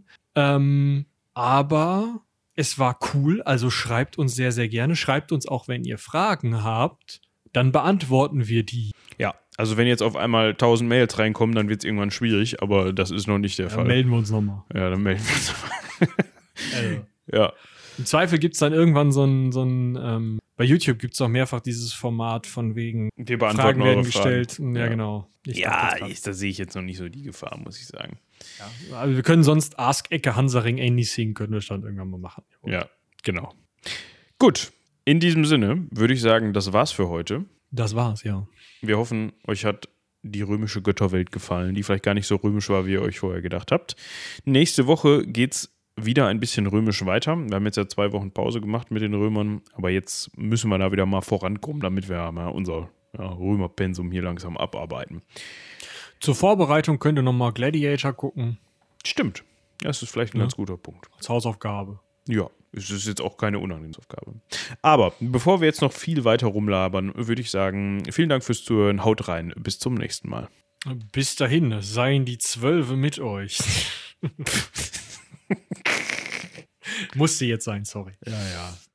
Aber es war cool. Also schreibt uns sehr, sehr gerne. Schreibt uns auch, wenn ihr Fragen habt. Dann beantworten wir die. Ja, also wenn jetzt auf einmal 1000 Mails reinkommen, dann wird es irgendwann schwierig, aber das ist noch nicht der Fall. Dann melden wir uns nochmal. Ja, dann melden wir uns nochmal. Ja. Im Zweifel gibt es dann irgendwann bei YouTube gibt es auch mehrfach dieses Format von wegen Wir beantworten Fragen werden eure gestellt. Fragen. Ja, genau. Da sehe ich jetzt noch nicht so die Gefahr, muss ich sagen. Ja, also wir können sonst Ask Ecke Hansaring Anything können wir dann irgendwann mal machen. Ja, genau. Gut, in diesem Sinne würde ich sagen, das war's für heute. Das war's, ja. Wir hoffen, euch hat die römische Götterwelt gefallen, die vielleicht gar nicht so römisch war, wie ihr euch vorher gedacht habt. Nächste Woche geht's wieder ein bisschen römisch weiter. Wir haben jetzt ja 2 Wochen Pause gemacht mit den Römern, aber jetzt müssen wir da wieder mal vorankommen, damit wir mal unser Römerpensum hier langsam abarbeiten. Zur Vorbereitung könnt ihr nochmal Gladiator gucken. Stimmt. Das ist vielleicht ein ganz guter Punkt. Als Hausaufgabe. Ja, es ist jetzt auch keine Unangenehmsaufgabe. Aber bevor wir jetzt noch viel weiter rumlabern, würde ich sagen, vielen Dank fürs Zuhören. Haut rein. Bis zum nächsten Mal. Bis dahin, seien die 12 mit euch. Musste jetzt sein, sorry. Ja.